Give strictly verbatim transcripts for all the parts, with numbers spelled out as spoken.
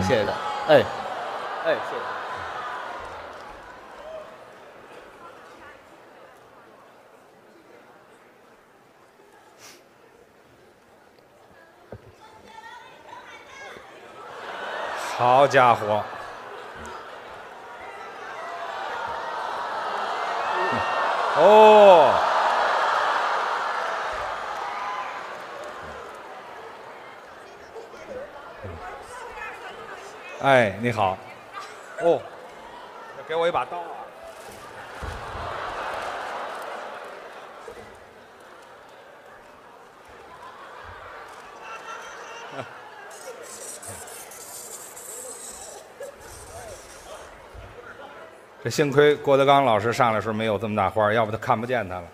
谢谢大家。哎，哎，谢谢。 好家伙！哦，哎，你好。哦，给我一把刀啊！这幸亏郭德纲老师上来时候没有这么大花，要不他看不见他了。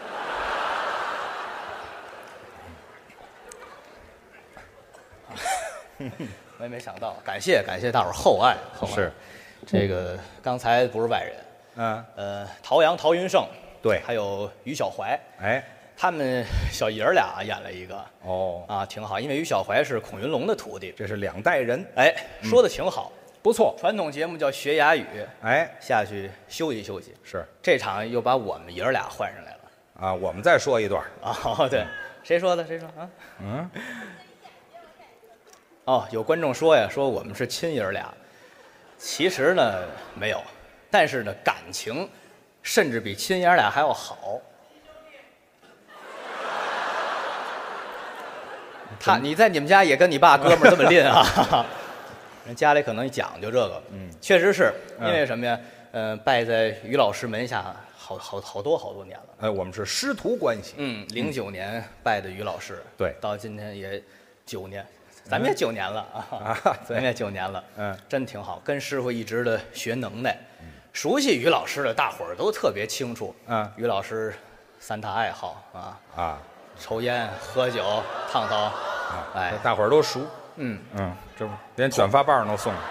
我也没想到，感谢感谢大伙儿厚爱，厚爱。 是， 这个刚才不是外人， 嗯， 呃，陶阳、陶云胜， 对， 还有于小怀， 哎， 他们小爷儿俩演了一个， 哦， 啊，挺好，因为于小怀是孔云龙的徒弟， 这是两代人， 哎，说的挺好。 不错。 传统节目叫学哑语， 哎， 下去休息休息。 是， 这场又把我们爷儿俩换上来了。 啊，我们再说一段。 哦，对，谁说的？谁说啊？ 嗯。 哦，有观众说呀，说我们是亲爷儿俩，其实呢没有，但是呢感情甚至比亲爷儿俩还要好。他，你在你们家也跟你爸哥们儿这么吝啊？人家里可能讲究这个， 嗯， 确实是因为什么呀？嗯、呃，拜在于老师门下好好好多好多年了。 哎，我们是师徒关系。 嗯，零九年拜的于老师， 对， 到今天也九年，咱们也九年了啊， 啊， 咱们也九年了， 嗯， 真挺好，跟师傅一直的学能耐。熟悉于老师的大伙儿都特别清楚， 嗯， 于老师三大爱好啊啊， 抽烟、喝酒、烫头， 啊， 哎， 大伙儿都熟。 嗯嗯，这不连卷发棒都送了。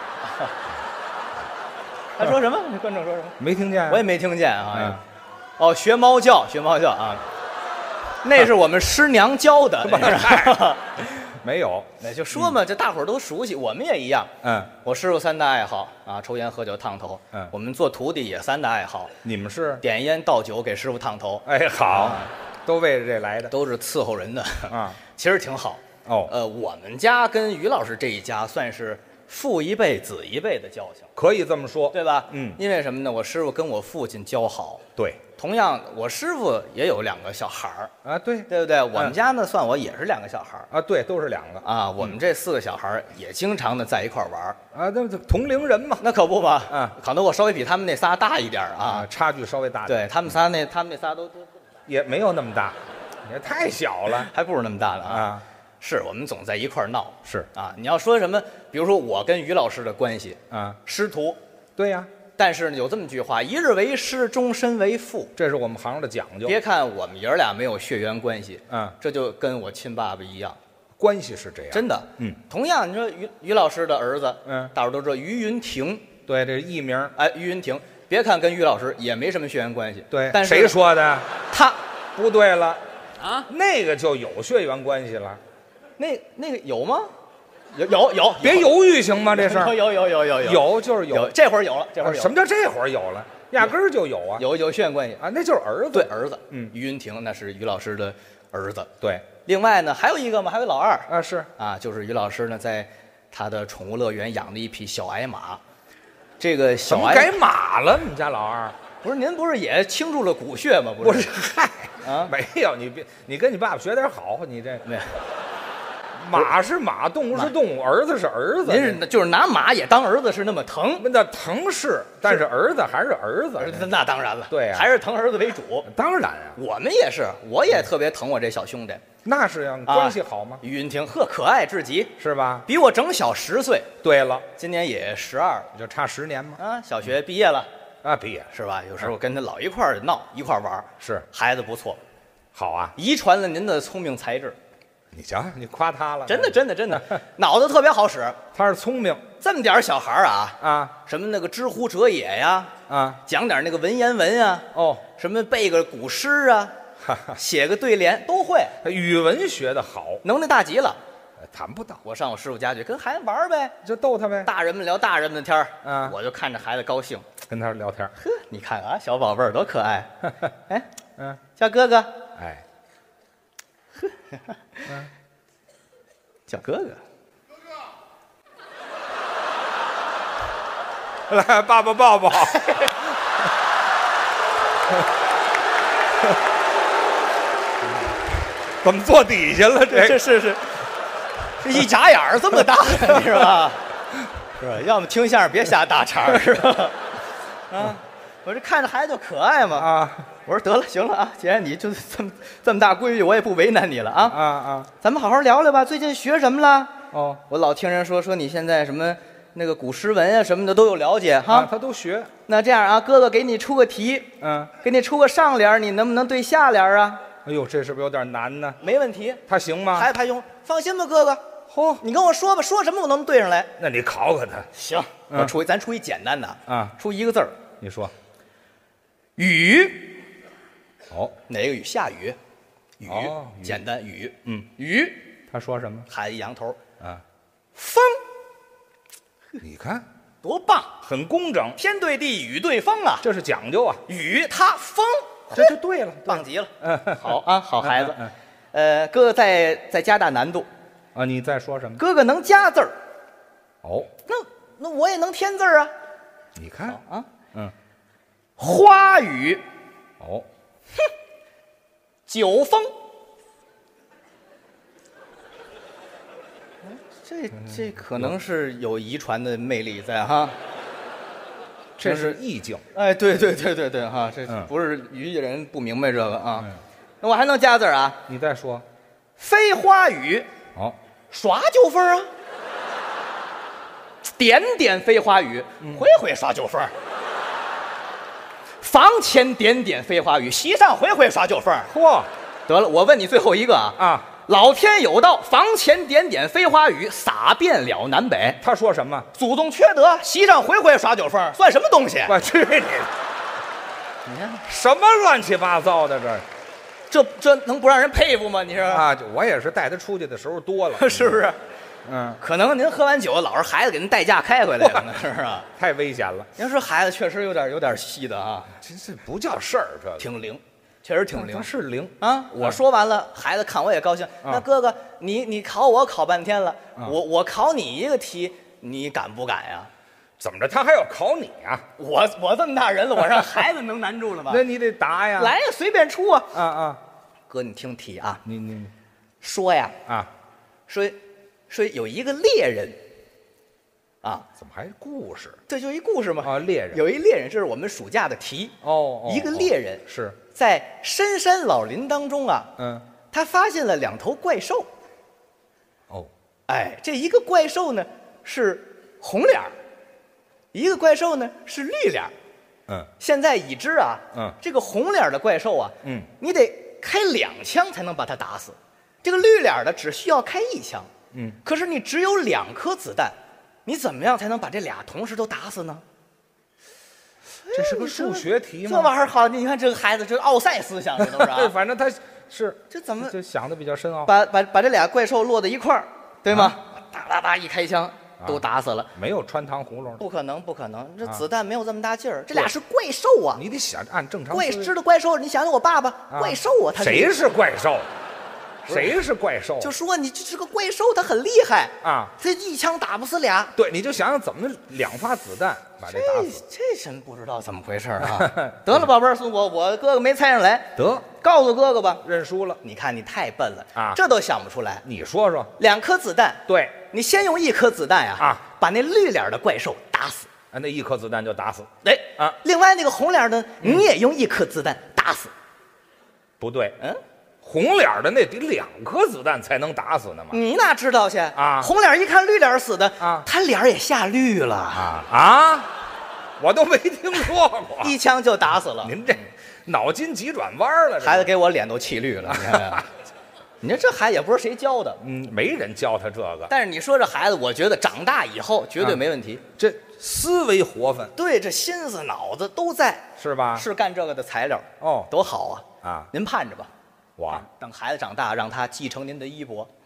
他说什么？那观众说什么？ 没听见、啊？ 我也没听见啊。 嗯、 哦，学猫叫，学猫叫啊，那是我们师娘教的。 没有， 那就说嘛，嗯、这大伙儿都熟悉，我们也一样。 嗯， 我师傅三大爱好啊，抽烟、喝酒、烫头。 嗯， 我们做徒弟也三大爱好。 你们是点烟倒酒给师傅烫头。 哎，好，啊、都为着这来的， 都是伺候人的啊， 其实挺好。 哦， 呃，我们家跟于老师这一家算是父一辈子一辈的交情， 可以这么说， 对吧？ 嗯， 因为什么呢？我师傅跟我父亲交好。 对。 同样，我师傅也有两个小孩儿啊，对， 对不对？我们家呢，算我也是两个小孩儿啊，对，都是两个啊。我们这四个小孩儿也经常的在一块儿玩儿啊，那同龄人嘛， 那可不嘛， 啊， 可能我稍微比他们那仨大一点啊， 差距稍微大点。 对他们仨那他们那仨都都也没有那么大，也太小了， 还不如那么大了啊。 啊， 是我们总在一块儿闹， 是啊。你要说什么，比如说我跟于老师的关系啊， 师徒， 对呀。 但是有这么句话，一日为师，终身为父， 这是我们行的讲究。 别看我们爷儿俩没有血缘关系， 嗯， 这就跟我亲爸爸一样， 关系是这样， 真的。 嗯， 同样，你说于于老师的儿子， 嗯， 大伙都知道于云亭， 对，这是艺名。 哎，于云亭，别看跟于老师也没什么血缘关系， 对， 但是谁说的？ 他不对了啊， 那个就有血缘关系了。 那那个有吗？有有有， 别犹豫行吗？这事儿有有有有有有就是有， 这会儿有了，这会儿有。 什么叫这会儿有了？压根儿就有啊， 有有血缘关系啊，那就是儿子。 对，儿子。 嗯， 于云亭那是于老师的儿子。 对。 另外呢，还有一个嘛，还有老二啊，是啊，就是于老师呢，在他的宠物乐园养的一匹小矮马。这个小矮改马了，你们家老二？ 不是您不是也倾注了骨血吗？不是， 嗨啊，没有，你别，你跟你爸爸学点好，你这没有。 马是马，动物是动物，儿子是儿子。 您是就是拿马也当儿子是那么疼？ 那疼是，但是儿子还是儿子。 那当然了， 对呀， 还是疼儿子为主。 当然呀， 我们也是，我也特别疼我这小兄弟。 那是呀，关系好吗？ 于云亭，呵，可爱至极， 是吧？ 比我整小十岁。 对了， 今年也十二， 就差十年吗？ 啊，小学毕业了啊，毕业是吧？有时候跟他老一块儿闹，一块儿玩， 是孩子不错， 好啊， 遗传了您的聪明才智。 你瞧，你夸他了， 真的，真的，真的，脑子特别好使。 他是聪明， 这么点小孩啊啊， 什么那个知乎者也呀， 啊， 讲点那个文言文啊， 哦， 什么背个古诗啊，写个对联都会， 语文学的好， 能耐大极了。 谈不到。 我上我师傅家去跟孩子玩儿呗， 就逗他呗， 大人们聊大人们的天儿， 嗯我就看着孩子高兴。 跟他聊天。 呵，你看啊，小宝贝儿多可爱。哎， 嗯， 叫哥哥， 哎， 叫哥哥。 来，爸爸抱抱。怎么坐底下了？这这是是，这一眨眼儿这么大，你是吧？是吧？要么听相声别瞎搭茬儿，是吧？啊，我这看着孩子就可爱嘛。 啊我说得了，行了啊，既然你就是这么这么大规矩，我也不为难你了啊。 啊啊！ 咱们好好聊聊吧。最近学什么了？ 哦， 我老听人说说你现在什么那个古诗文啊什么的都有了解哈。 啊，他都学。 那这样啊，哥哥给你出个题， 嗯， 给你出个上联儿，你能不能对下联儿啊？ 哎呦，这是不是有点难呢？ 没问题。 他行吗？ 孩子排用，放心吧，哥哥。 嚯， 你跟我说吧，说什么我都能对上来。 那你考考他。 行， 嗯我出一咱出一简单的啊， 出一个字儿， 你说。 雨。 哦， 哪个雨？下雨。雨， 哦雨简单雨。 嗯， 雨。 他说什么？ 孩子一扬头， 啊， 风， 你看， 多棒！ 很工整， 天对地，雨对风啊。 这是讲究啊。 雨它风， 这就对了， 棒极了。 嗯， 好啊，好孩子嗯。嗯呃，哥哥再再加大难度， 啊，你在说什么？ 哥哥能加字儿， 哦， 那那我也能添字儿啊。 你看， 啊， 嗯， 花雨， 哦， 酒风。这这可能是有遗传的魅力在哈。 这是意境。 哎，对对对对对哈，这嗯不是语人不明白这个啊。 嗯那我还能加字儿啊， 你再说。 飞花雨， 哦， 耍酒疯啊。点点飞花雨，回回耍酒疯。房前点点飞花雨，席上回回耍酒疯。 嚯得了，我问你最后一个啊， 啊， 老天有道，房前点点飞花雨，洒遍了南北。 他说什么？ 祖宗缺德，席上回回耍酒疯，算什么东西？ 我去你！ 你看， 什么乱七八糟的这这这能不让人佩服吗？你说、 啊！就我也是带他出去的时候多了， 是不是？ 嗯， 可能您喝完酒，老是孩子给您代驾开回来了呢，是不是？ 太危险了， 您说孩子确实有点有点细的啊， 这这不叫事儿，这个挺灵，确实挺灵他是灵。 啊！我说完了，孩子看我也高兴。那哥哥，你你考我考半天了，我我考你一个题，你敢不敢呀？ 怎么着？他还要考你啊？ 我我这么大人了，我让孩子能难住了吗？ 那你得答呀。 来呀，随便出啊！ 啊啊， 哥，你听题啊， 你你说呀， 啊， 说说有一个猎人，啊， 怎么还是故事这就一故事嘛。 啊？猎人有一猎人，这是我们暑假的题。 哦，哦一个猎人哦是在深山老林当中啊， 嗯他发现了两头怪兽。 哦哎，这一个怪兽呢是红脸儿，一个怪兽呢是绿脸儿。 嗯现在已知啊， 嗯这个红脸儿的怪兽啊， 嗯， 你得开两枪才能把它打死，这个绿脸儿的只需要开一枪。 嗯， 可是你只有两颗子弹，你怎么样才能把这俩同时都打死呢？ 这是个数学题这吗？ 玩意儿好，你看这个孩子，这奥赛思想，这都是对， 啊。 反正他是这怎么就想的比较深奥。 把把把这俩怪兽落在一块儿，对吗？ 啊哒哒哒一开枪，都打死了。 没有穿糖葫芦的， 不可能，不可能！这啊子弹没有这么大劲儿，这对俩是怪兽啊！ 你得想按正常怪思维知道怪兽，你想想我爸爸， 啊怪兽啊，他谁是怪兽？谁是怪兽？ 就说你这是个怪兽，他很厉害啊， 他一枪打不死俩。 对，你就想想怎么两发子弹把这打这死。 这真不知道怎么回事啊！得了，宝贝儿，我我哥哥没猜上来， 得告诉哥哥吧。 认输了。 你看你太笨了啊这都想不出来。 你说说， 两颗子弹， 对你先用一颗子弹呀啊， 把那绿脸的怪兽打死。 啊，那一颗子弹就打死？ 哎啊， 另外那个红脸的，你也用一颗子弹打死。 不对， 嗯， 红脸的那得两颗子弹才能打死呢嘛。 你哪知道去啊红脸一看绿脸死的啊他脸也下绿了， 啊啊！我都没听说过， 一枪就打死了。 您这脑筋急转弯了，这孩子给我脸都气绿了，你看看。你说这孩子也不是谁教的， 嗯，没人教他这个， 但是你说这孩子，我觉得长大以后绝对没问题。 这思维活泛对，这心思脑子都在， 是吧？ 是干这个的材料， 哦多好啊！ 啊， 您盼着吧， 我等孩子长大，让他继承您的衣钵。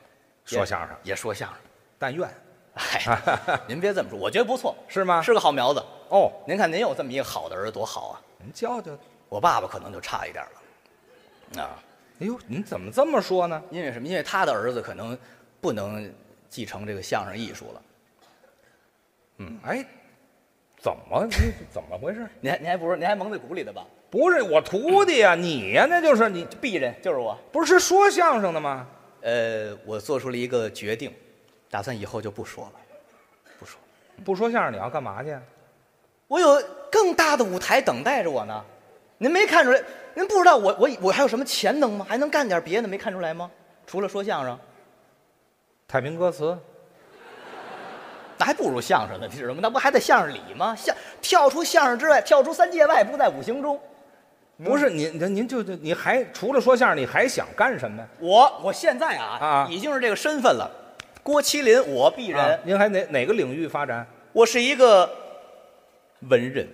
说相声也说相声。 但愿， 哎，您别这么说，我觉得不错， 是吗？ 是个好苗子。 哦， 您看您有这么一个好的儿子多好啊！ 您教教。 我爸爸可能就差一点了，啊， 哎呦，您怎么这么说呢？ 因为什么？因为他的儿子可能不能继承这个相声艺术了。 嗯，哎，怎么你怎么回事？ 您还您还不是您还蒙在鼓里的吧？ 不是我徒弟呀、啊，你呀、啊，那就是你鄙人，就是我。 不是说相声的吗？ 呃，我做出了一个决定，打算以后就不说了，不说， 不说相声，你要干嘛去？ 我有更大的舞台等待着我呢。您没看出来？您不知道我我我还有什么潜能吗？还能干点别的？没看出来吗？除了说相声， 太平歌词， 那还不如相声呢，你知道吗？那不还在相声里吗？相跳出相声之外，跳出三界外，不在五行中。 不是您您您就就你还除了说相声，你还想干什么呀？ 我我现在啊啊已经是这个身份了，郭麒麟，我鄙人、 啊。您还哪哪个领域发展？ 我是一个文人。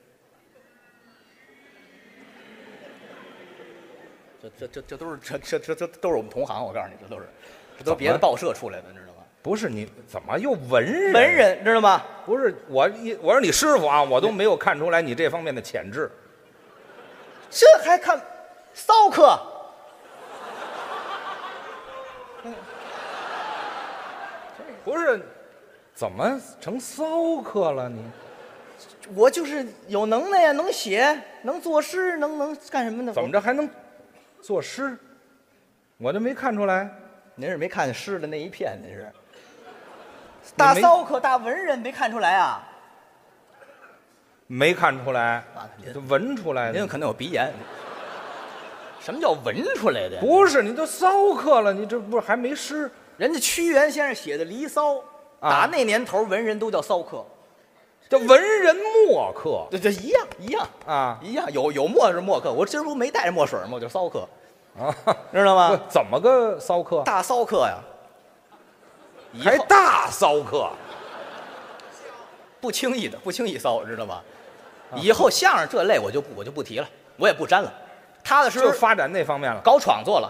这这这这都是这这这这都是我们同行，我告诉你，这都是这都是别的报社出来的，你知道吗？ 不是你怎么又文人？ 文人知道吗？ 不是我一我是你师傅啊，我都没有看出来你这方面的潜质。 这还看骚客？ 不是，怎么成骚客了你？ 我就是有能耐呀，能写，能作诗，能能干什么呢？ 怎么着还能作诗？我就没看出来。 您是没看见诗的那一片，您是大骚客、大文人，没看出来啊？ 没看出来， 啊，您就闻出来的。 您可能有鼻炎。什么叫闻出来的？ 不是，你都骚客了，你这不是还没诗？ 人家屈原先生写的《离骚》， 啊打那年头文人都叫骚客， 叫文人墨客。 这这一样一样啊， 一样，有有墨是墨客，我今儿不没带着墨水吗？我就骚客啊， 知道吗？ 怎么个骚客？ 大骚客呀， 还大骚客， 不轻易的，不轻易骚，知道吗？以后相声这类我就不我就不提了，我也不沾了。他的时候就发展那方面了， 搞创作了，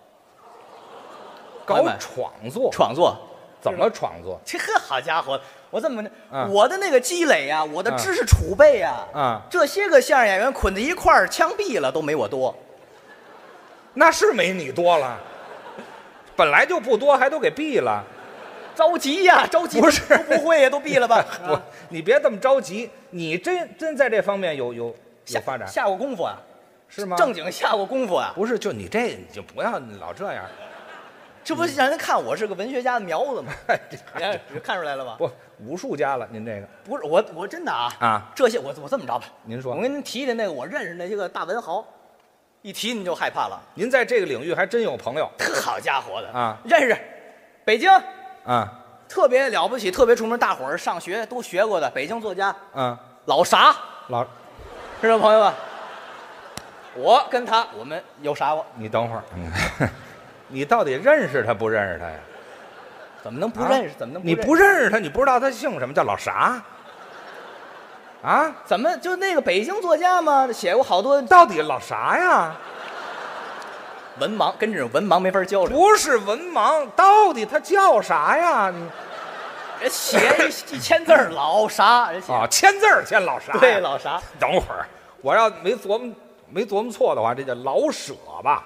搞创作， 创作怎么创作？ 这好家伙，我这么、 啊、 我的那个积累呀、啊，我的知识储备呀、 啊，啊这些个相声演员捆在一块儿枪毙了都没我多， 那是没你多了，本来就不多，还都给毙了。 着急呀，着急不是都不会呀，都毙了吧？ 不，你别这么着急，你真真在这方面有有有发展， 下过功夫啊， 是吗？ 正经下过功夫啊？ 不是，就你这你就不要老这样， 这不让人看我是个文学家的苗子吗？你看看出来了吧？ 不，武术家了，您这个不是我，我真的啊啊， 这些我我这么着吧， 您说， 我跟您提提那个我认识那些个大文豪，一提您就害怕了。 您在这个领域还真有朋友， 好家伙的啊， 认识，北京啊。 特别了不起，特别出名，大伙儿上学都学过的北京作家， 嗯， 老啥老， 知道朋友们？我跟他，我们有啥过？ 你等会儿，嗯，你到底认识他不认识他呀？ 怎么能不认识？ 啊、 怎么能不你不认识他？你不知道他姓什么？叫老啥？啊？ 怎么就那个北京作家嘛，写过好多， 到底老啥呀？ 文盲，跟这种文盲没法交流。 不是文盲，到底他叫啥呀？你人写一一千字儿老啥？人写啊，签字儿签老啥？ 对，老啥？ 等会儿，我要没琢磨没琢磨错的话，这叫老舍吧？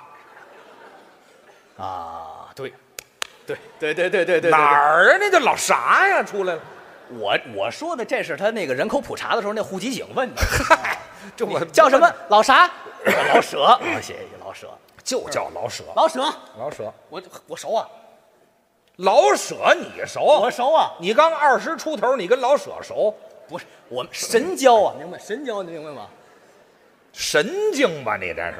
啊，对，对对对对对对。 哪儿啊？那叫老啥呀？出来了。 我我说的这是他那个人口普查的时候那户籍警问的。 这我叫什么？老啥？老舍。我写一个老舍。 就叫老舍， 老舍， 老舍， 我我熟啊， 老舍你熟， 我熟啊， 你刚二十出头，你跟老舍熟？ 不是，我们神交啊，明白？神交，你明白吗？ 神经吧，你这是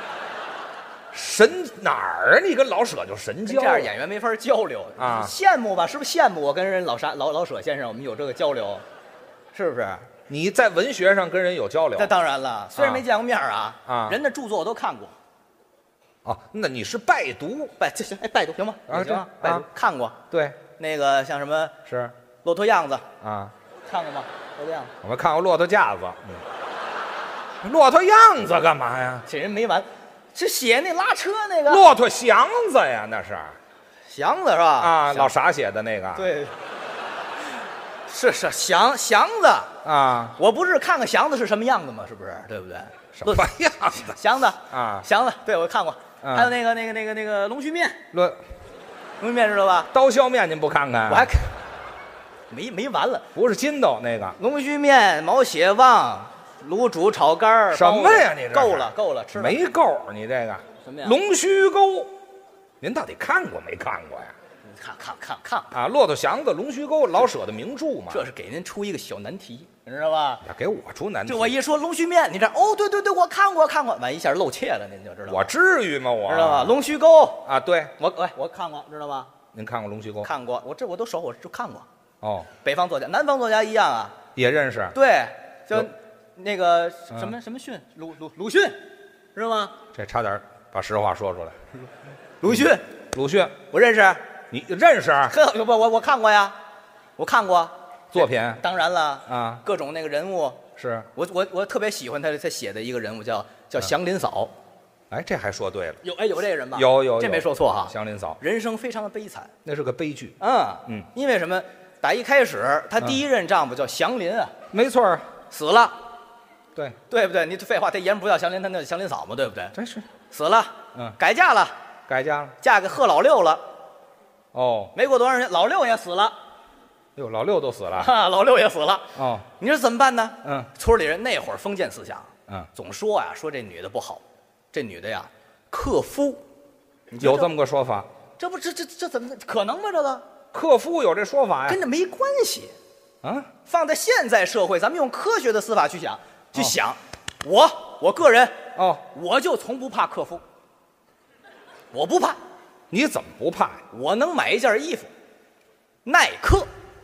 神哪儿啊？你跟老舍就神交， 这样演员没法交流啊， 羡慕吧？是不是羡慕我跟人老沙老老舍先生我们有这个交流？是不是？ 你在文学上跟人有交流？ 那当然了，虽然没见过面啊， 啊， 人的著作我都看过。 哦，那你是拜读， 拜这行，哎，拜读行吗？ 啊， 行，拜读看过。 对， 那个像什么是骆驼样子啊， 看过吗？骆驼样子， 我们看过骆驼架子。嗯，骆驼样子干嘛呀？ 这人没完，是写那拉车那个骆驼祥子呀，那是祥子是吧？ 啊， 祥老傻写的那个。 对，是是祥祥子啊， 我不是看看祥子是什么样子吗？是不是？对不对？ 什么样子祥子啊？ 祥子，对我看过。 嗯还有那个那个那个那个龙须面， 论龙须面知道吧？ 刀削面您不看看？ 我还看没没完了。 不是筋斗那个。 龙须面、毛血旺、卤煮炒肝儿， 什么呀你这是够了够了，吃了没够，你这个什么呀龙须沟，您到底看过没看过呀？ 看看看看， 啊，骆驼祥子、龙须沟，老舍的名著嘛。 这是给您出一个小难题，你知道吧？ 呀给我出难题。 这我一说龙须面，你这哦，对对对，我看过看过，完一下露怯了，您就知道。 我至于吗？我知道吧？龙须沟， 啊，对， 我喂我看过，知道吗？ 您看过龙须沟？ 看过，我这我都熟，我就看过。 哦， 北方作家、南方作家一样啊。 也认识。 对，就有那个嗯什么什么逊，鲁鲁鲁迅，知道吗？ 这差点把实话说出来。 鲁迅， 鲁迅， 我认识。 你认识呵，我我我看过呀，我看过作品当然了啊？ 各种那个人物， 是。 我我我特别喜欢他他写的一个人物叫叫祥林嫂， 哎，这还说对了。 有哎有这个人吧？ 有有有这没说错哈。 祥林嫂， 人生非常的悲惨， 那是个悲剧。 嗯嗯， 因为什么？打一开始，他第一任丈夫叫祥林啊， 没错儿， 死了， 对， 对不对？你废话，这爷们不叫祥林，他那叫祥林嫂嘛，对不对？ 真是。 死了， 嗯， 改嫁了， 改嫁了。 嫁给贺老六了。 哦， 没过多长时间，老六也死了， 哟，老六都死了。 哈，老六也死了。 哦， 你说怎么办呢？ 嗯村里人那会儿封建思想， 嗯， 总说呀，说这女的不好，这女的呀，克夫。你说有这么个说法。 这不这这这怎么可能吗？这个克夫有这说法呀？ 跟这没关系。 啊， 放在现在社会，咱们用科学的思法去想，去想，我我个人， 哦， 我就从不怕克夫，我不怕， 你怎么不怕呀？ 我能买一件衣服，耐克。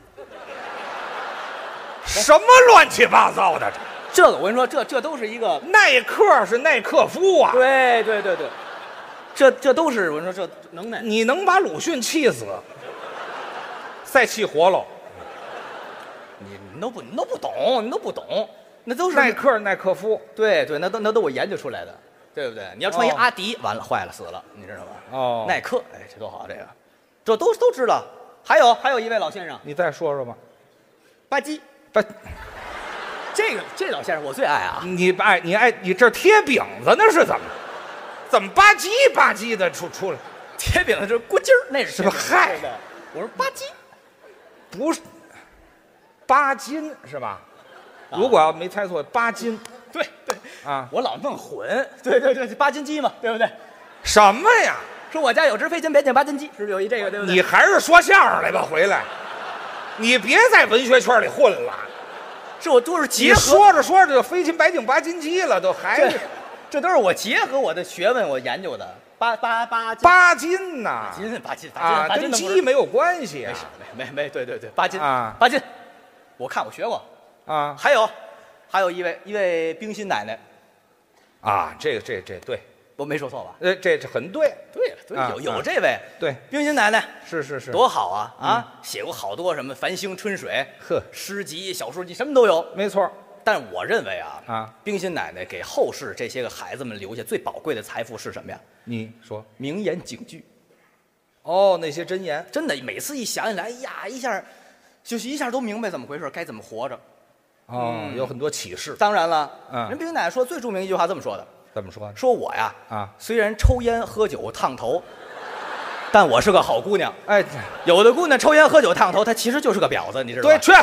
什么乱七八糟的？ 这个我跟你说，这这都是一个， 耐克是耐克夫啊！ 对对对对，这这都是我跟你说这能耐。 你能把鲁迅气死，再气活喽。 你你都不你都不懂，你都不懂，那都是耐克耐克夫。 对对，那都那都我研究出来的，对不对？你要穿一哦阿迪，完了坏了死了，你知道吧？ 哦耐克，哎，这多好，这个，这都都知道。还有还有一位老先生， 你再说说吧。 吧唧， 不， 这个这老先生我最爱啊。 你爱你爱你这贴饼子那是怎么？怎么吧唧吧唧的出出来？ 贴饼子就是锅筋儿，那是是吧嗨对不对我说吧唧， 不是八斤是吧？如果要没猜错，八斤对对， 啊？ 我老弄混。对对对，八斤鸡嘛，对不对？ 什么呀？ 说我家有只飞禽，别见八斤鸡，是不是有一这个，对不对？ 你还是说相声来吧，回来。你别在文学圈里混了。 是我都是你结合， 说着说着就飞禽白净八斤鸡了，都还这这都是我结合我的学问我研究的。八八八斤八斤呐八斤八斤八啊， 斤八斤跟都不是鸡没有关系啊没事没没没对对对八斤啊八斤，我看我学过。 啊还有还有一位一位冰心奶奶， 啊！这个这这对， 我没说错吧？ 呃，这这很对， 对了对， 啊有有啊这位对， 冰心奶奶是是是， 多好啊啊！写过好多什么繁星春水、 呵， 诗集、小说集，什么都有。 没错但我认为啊啊， 冰心奶奶给后世这些个孩子们留下最宝贵的财富是什么呀？ 你说名言警句。 哦，那些箴言真的，每次一想起来，哎呀，一下就是一下都明白怎么回事，该怎么活着。 哦，有很多启示。 当然了， 嗯人冰心奶奶说最著名一句话这么说的： 怎么说呢？ 说我呀， 啊， 虽然抽烟喝酒烫头，但我是个好姑娘。 哎， 有的姑娘抽烟喝酒烫头，她其实就是个婊子，你知道吗？ 对，去，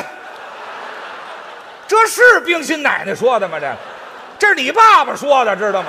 这是冰心奶奶说的吗？这，这是你爸爸说的，知道吗？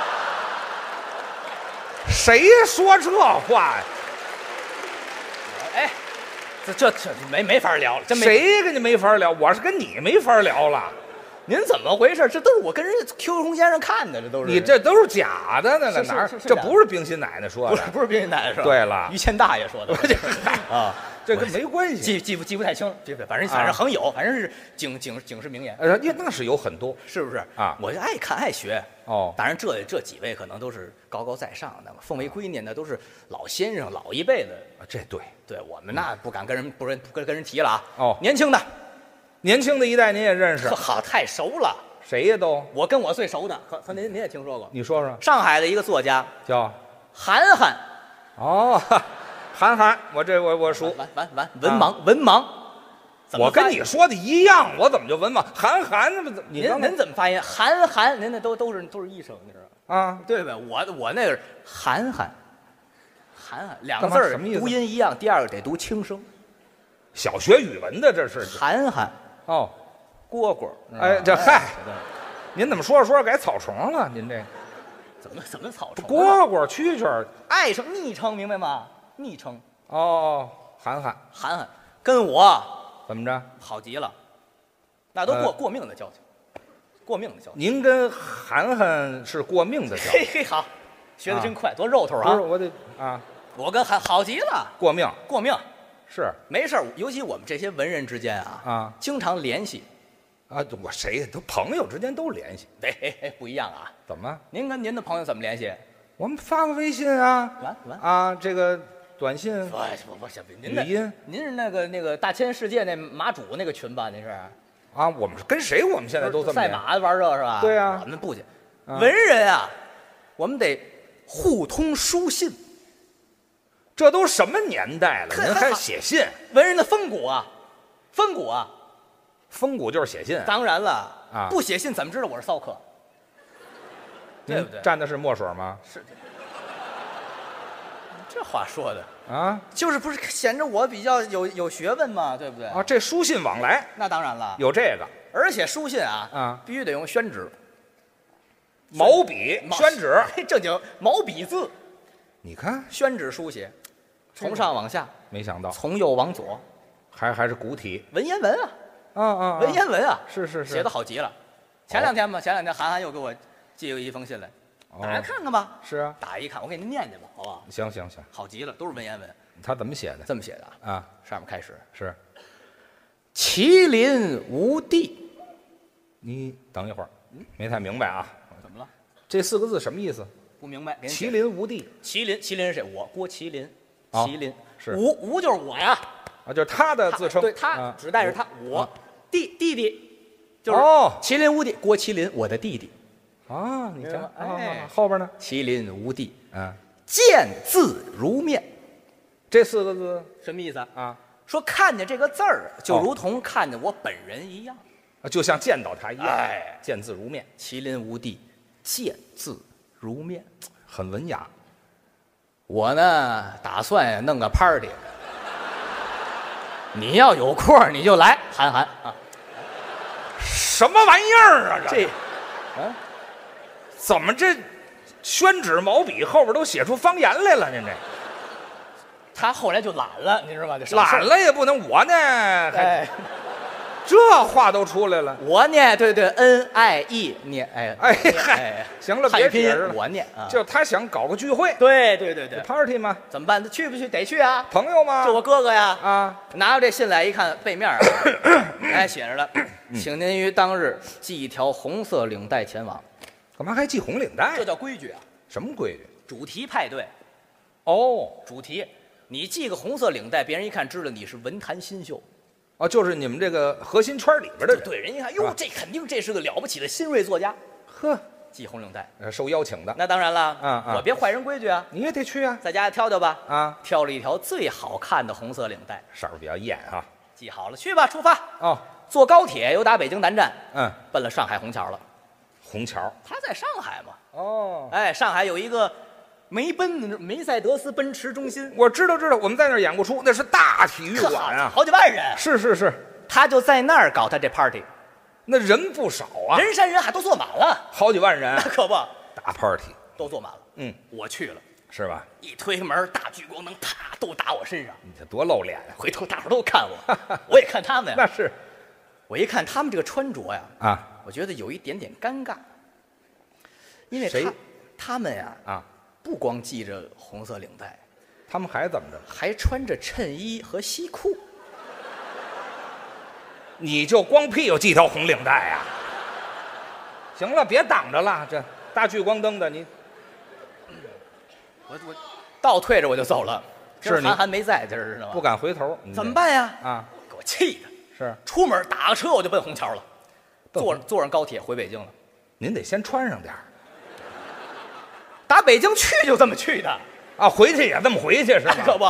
谁说这话呀？ 哎，这这这没没法聊了，真没。 谁跟你没法聊？我是跟你没法聊了。 您怎么回事？这都是我跟人家 Q Q 空间上看的，这都是。 你这都是假的呢， 是是哪儿是是假的这不是冰心奶奶说的， 不是不是冰心奶奶说的。 对了于谦大爷说的。啊， 这跟没关系。 记记不记不太清，记不反正反正很有，反正是警警警示名言， 呃，那那是有很多是不是啊我就爱看爱学。 哦。 当然这这几位可能都是高高在上的嘛，凤为闺女那都是老先生，老一辈的。 啊，这对， 对我们那不敢跟人不人不跟跟人提了啊。 哦年轻的， 年轻的一代您也认识呵，好太熟了。 谁呀都？ 我跟我最熟的，可可您您也听说过， 你说说， 上海的一个作家叫韩寒。 哦， 韩寒，我这我我熟。 完完完，文盲文盲。 我跟你说的一样，我怎么就文盲？韩寒那么你您您怎么发音？韩寒，您那都都是都是一声，你知道吗？ 啊， 对吧？我我那个是韩寒，韩寒两个字儿什么意思？ 读音一样，第二个得读轻声。 小学语文的这是韩寒哦， 蝈蝈。 哎，这嗨，您怎么说着说着改草虫了？您这怎么怎么草虫？ 蝈蝈蛐蛐爱称昵称，明白吗？昵称。 哦，韩寒， 韩寒跟我怎么着？ 好极了，那都过、 呃、 过命的交情，过命的交情。 您跟韩寒是过命的交情？ 嘿嘿，好，学的真快，啊、多肉头啊！ 不是，我得啊， 我跟韩好极了， 过命， 过命是没事儿，尤其我们这些文人之间啊， 啊， 经常联系。 啊，我谁都朋友之间都联系。 哎哎哎，不一样啊！ 怎么？ 您跟您的朋友怎么联系？ 我们发个微信啊， 完完啊，这个。短信不不不行，您语音， 您是那个那个大千世界那马主那个群吧？您是啊？我们是跟谁？我们现在都这么赛马玩这是吧？ 对啊， 我们不行，文人啊，我们得互通书信。 这都什么年代了，您还写信？ 文人的风骨啊，风骨啊， 风骨就是写信。 当然了啊， 不写信怎么知道我是骚客？对不对？ 蘸的是墨水吗？ 是。这话说的啊， 就是不是显着我比较有有学问嘛，对不对？ 啊，这书信往来， 那当然了， 有这个， 而且书信啊， 啊， 必须得用宣纸、 毛笔、宣纸， 正经毛笔字。 你看， 宣纸书写，从上往下， 没想到， 从右往左， 还还是古体， 文言文啊， 啊啊， 文言文啊， 是是是， 写的好极了。前两天吧，前两天韩寒又给我寄了一封信来。打开看看吧， 是啊， 打一看，我给您念念吧，好不好？ 行行行， 好极了，都是文言文。 他怎么写的？ 这么写的啊， 上面开始是麒麟无地。 你等一会儿，没太明白啊？ 怎么了？ 这四个字什么意思？ 不明白。 麒麟无地， 麒麟，麒麟是谁？我郭麒麟。麒麟是吴吴就是我呀， 啊，就是他的自称。 对他指代着他，我弟弟弟就是哦， 麒麟无地，郭麒麟，我的弟弟。 啊，你瞧， 哎， 后边呢？ 麒麟无地， 嗯， 见字如面， 这四个字什么意思啊？ 啊， 说看见这个字儿，就如同看见我本人一样， 啊，就像见到他一样， 哎， 见字如面。 麒麟无地，见字如面， 很文雅。 我呢，打算弄个 party， 你要有空你就来，韩寒啊。 什么玩意儿啊？ 这， 啊，怎么这宣纸毛笔后边都写出方言来了？您这， 他后来就懒了，你知道吗？ 懒了也不能我呢，还、哎、这话都出来了。 我念，对对 ，N I E 念，哎哎嗨，行了，别解释了。 我念啊， 就他想搞个聚会， 对对对对 ，party 吗？ 怎么办？去不去？得去啊。 朋友吗？ 就我哥哥呀。 啊， 拿着这信来一看，背面哎写着了，请您于当日系一条红色领带前往。 干嘛还系红领带？ 这叫规矩啊。 什么规矩？ 主题派对。 哦， 主题，你系个红色领带，别人一看知道你是文坛新秀。 哦，就是你们这个核心圈里边的人。 对，人一看，哟，这肯定这是个了不起的新锐作家。 呵， 系红领带， 呃，受邀请的。 那当然了， 嗯嗯， 我别坏人规矩啊， 你也得去啊， 在家挑挑吧。 啊， 挑了一条最好看的红色领带， 色儿比较艳啊。 系好了，去吧，出发。 哦， 坐高铁由打北京南站， 嗯， 奔了上海虹桥了。 虹桥， 他在上海嘛。 哦， 哎，上海有一个梅奔梅赛德斯奔驰中心， 我知道知道，我们在那儿演过出，那是大体育馆啊， 好几万人。 是是是， 他就在那儿搞他这 party， 那人不少啊， 人山人海，都坐满了， 好几万人， 那可不， 大 party 都坐满了。 嗯， 我去了， 是吧？ 一推门，大聚光灯啪都打我身上， 你这多露脸呀！ 回头大伙都看我，我也看他们呀。 那是， 我一看他们这个穿着呀， 啊， 我觉得有一点点尴尬，因为谁他他们呀啊， 不光系着红色领带， 他们还怎么着？ 还穿着衬衣和西裤。 你就光屁股系条红领带呀、啊？行了，别挡着了，这大聚光灯的你， 我我倒退着我就走了。 是你韩寒没在这儿，知道吗？ 不敢回头， 怎么办呀？ 啊， 给我气的！ 是出门打个车我就奔虹桥了，坐坐上高铁回北京了。 您得先穿上点儿， 打北京去就这么去的啊，回去也这么回去是吗？ 可不，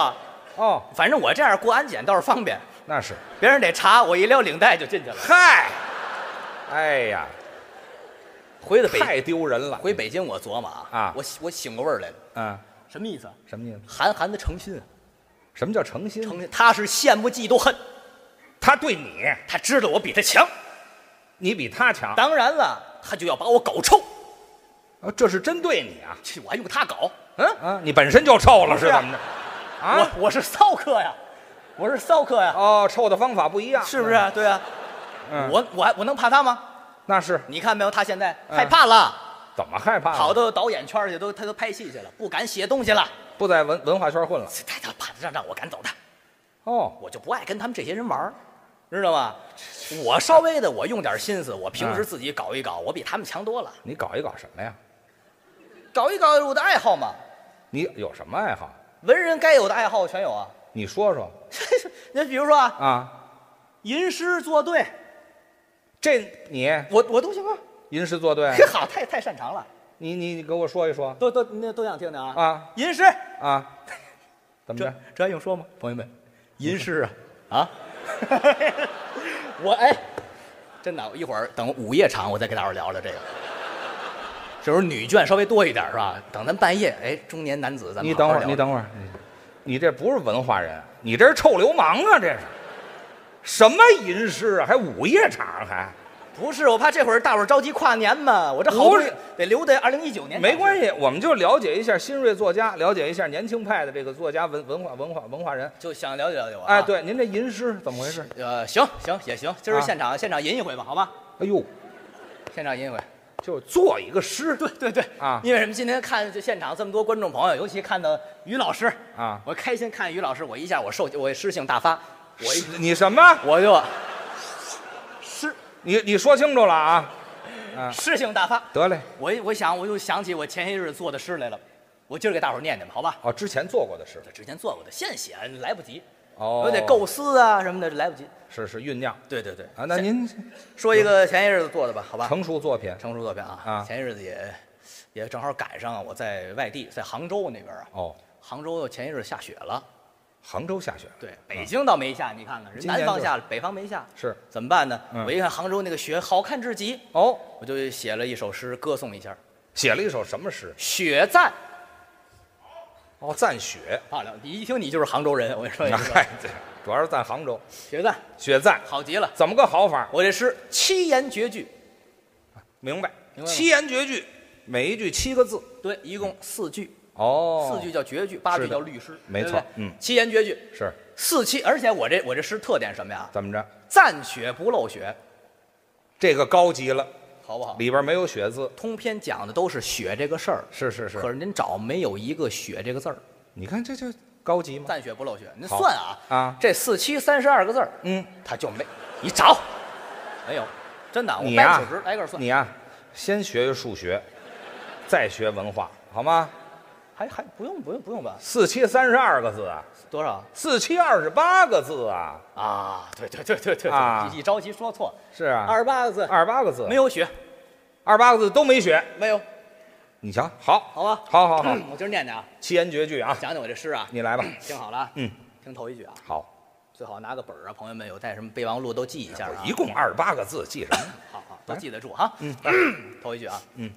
哦， 反正我这样过安检倒是方便， 那是。 别人得查，我一撩领带就进去了。 嗨，哎呀， 回的北太丢人了。 回北京我琢磨啊， 啊我我醒过味儿来了。 嗯， 什么意思？ 什么意思？ 韩寒的诚心啊， 什么叫诚心？ 诚心，他是羡慕嫉妒恨， 他对你， 他知道我比他强， 你比他强。 当然了，他就要把我搞臭， 哦，这是针对你啊。 我还用他搞。嗯啊，你本身就臭了不是啊是怎么着？啊， 我我是骚客呀，我是骚客呀， 哦，臭的方法不一样， 是不是啊？对啊， 嗯， 我我还我能怕他吗？ 那是你看没有，他现在嗯害怕了， 怎么害怕了？ 跑到导演圈去，都他都拍戏去了，不敢写东西了。 不在文文化圈混了。 他他怕让让我赶走他， 哦， 我就不爱跟他们这些人玩儿，知道吗？我稍微的我用点心思，我平时自己搞一搞，我比他们强多了。 你搞一搞什么呀？ 搞一搞我的爱好嘛， 你有什么爱好？ 文人该有的爱好全有啊。 你说说那比如说啊， 啊。 吟诗作对， 这你我我都行啊。 吟诗作对， 嘿好，太太擅长了， 你你你给我说一说都都那都想听听啊。 啊吟诗， 啊？怎么这着？ 这还用说吗？朋友们，吟诗啊啊！我哎，真的，一会儿等午夜场我再给大伙儿聊聊这个。这时候女眷稍微多一点是吧？等咱半夜，哎，中年男子咱们你等会儿， 好好聊你等会儿，你你这不是文化人，你这是臭流氓啊！这是什么吟诗啊？还午夜场还？ 不是，我怕这会儿大伙儿着急跨年嘛，我这好东西得留在二零一九年。 没关系，我们就了解一下新锐作家，了解一下年轻派的这个作家文文化文化文化人。 就想了解了解我、啊。 哎，，对，您这吟诗怎么回事？ 呃，行行也行，今儿啊现场、现场吟一回吧，好吧？ 哎呦， 现场吟一回。 就做一个诗。 对对对啊因为什么？今天看这现场这么多观众朋友，尤其看到于老师啊我开心看于老师，我一下我受我诗性大发，我一你什么？ 我就诗你你说清楚了啊！啊， 诗性大发。 得嘞。 我一我想我就想起我前些日子做的诗来了，我今儿给大伙儿念念吧，好吧？ 哦，之前做过的诗。 之前做过的，现写来不及， 哦， 我得构思啊什么的，来不及。 是是酝酿对对对啊。那现您说一个前些日子做的吧，好吧？ 成熟作品成熟作品啊， 啊前些日子也也正好赶上我在外地，在杭州那边啊。 哦， 杭州前些日子下雪了， 杭州下雪了。 对，北京倒没下，你看看人今年就南方下了，北方没下， 是怎么办呢？ 嗯我一看杭州那个雪好看至极， 哦， 我就写了一首诗歌颂一下写了一首什么诗？ 雪赞。 哦，赞雪。 漂亮，你一听你就是杭州人，我跟你说一嗨句，， 对，主要是赞杭州。 雪赞雪赞好极了。 怎么个好法？ 我这诗七言绝句， 明白？ 明白吗七言绝句，每一句七个字。 对，一共四句， 哦， 四句叫绝句，八句是的叫律诗， 没错对不对嗯七言绝句， 是四七，而且我这我这诗特点什么呀？ 怎么着？ 赞雪不漏雪， 这个高级了， 好不好？ 里边没有雪字。 通篇讲的都是雪这个事儿， 是是是， 可是您找没有一个雪这个字儿， 你看这就高级吗？ 赞雪不漏雪。您好算啊啊这四七三十二个字儿， 嗯， 他就没你找没有，真的，我你呀掰手指挨个算， 你呀，先学数学，再学文化，好吗？ 还还不用不用不用吧？ 四七三十二个字啊， 多少四七二十八个字啊， 啊？对对对对对啊对，一着急说错， 是啊， 二十八个字， 二十八个字， 没有雪， 二十八个字都没学。 没有， 你瞧，好， 好吧？ 好好好， 我今儿念念啊， 七言绝句啊， 讲讲我这诗啊， 你来吧。 听好了啊， 嗯， 听头一句啊， 好， 最好拿个本儿啊，朋友们有带什么备忘录都记一下啊， 一共二十八个字，记什么？ 好好都记得住哈。 嗯， 头一句啊， 嗯，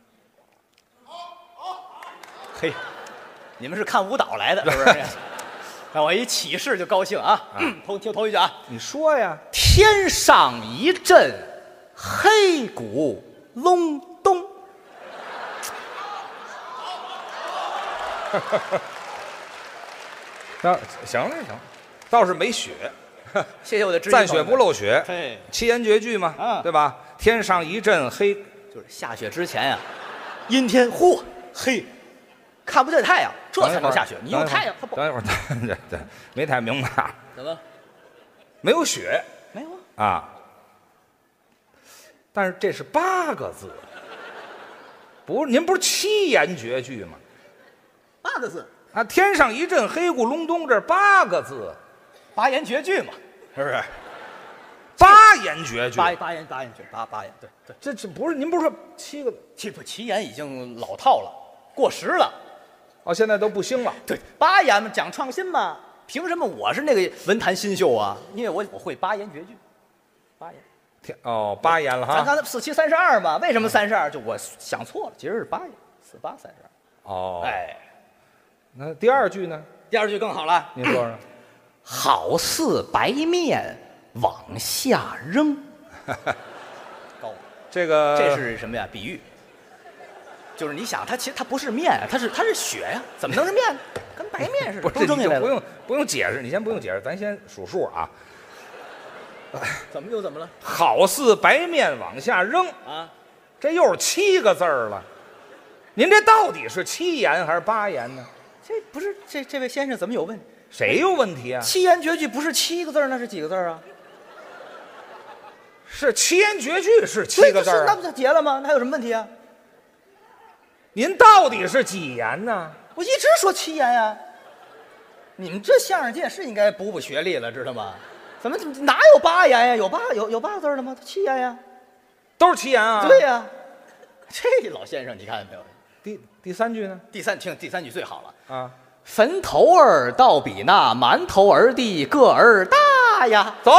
嘿，你们是看舞蹈来的，是不是？让我一起势就高兴啊！头听头一句啊， 你说呀， 天上一阵黑鼓隆咚。 那行了行了，倒是没雪， 谢谢我的知音赞雪不朋友们。 漏雪， 嘿， 七言绝句嘛， 嗯对吧？天上一阵黑， 就是下雪之前呀、阴天，嚯，黑，看不见太阳，这才能下雪。你有太阳，它不等一会儿，等一会儿，对对，没太明白啊， 怎么没有雪没有啊？ 啊。但是这是八个字，不是？您不是七言绝句吗？ 八个字， 啊，天上一阵黑咕隆咚，这八个字， 八言绝句嘛，是不是？ 八言绝句， 八八言八言绝八八言，对对， 这这不是？您不是说七个字？ 七不七言已经老套了，过时了。 哦，现在都不兴了。 对，八言嘛，讲创新嘛， 凭什么我是那个文坛新秀啊？因为我我会八言绝句，八言。 天哦，八言了咱哈。 刚才四七三十二嘛，为什么三十二？就我想错了，其实是八言，四八三十二。 哦， 哎， 那第二句呢？ 第二句更好了， 您说说。 好似白面往下扔。高， 这个这是什么呀？比喻。就是你想，它其实它不是面，它是它是血呀，怎么能是面？跟白面似的， 不是， 都扔下来了。 你就不用不用解释，你先不用解释，咱先数数啊。 怎么又怎么了？ 好似白面往下扔， 啊， 这又是七个字儿了。您这到底是七言还是八言呢？ 这不是这这位先生怎么有问题？ 谁有问题啊？ 七言绝句不是七个字儿，那是几个字儿啊？ 是七言绝句是七个字儿啊。 对那不就结了吗？那还有什么问题啊？ 您到底是几言呢？ 我一直说七言呀。你们这相声界是应该补补学历了，知道吗？怎么怎么哪有八言呀？有八有有八个字儿的吗？七言呀。 都是七言啊。 对呀。这老先生你看见没有？ 第第三句呢？ 第三听第三句最好了啊。 坟头儿倒比那馒头儿的个儿大呀。 走。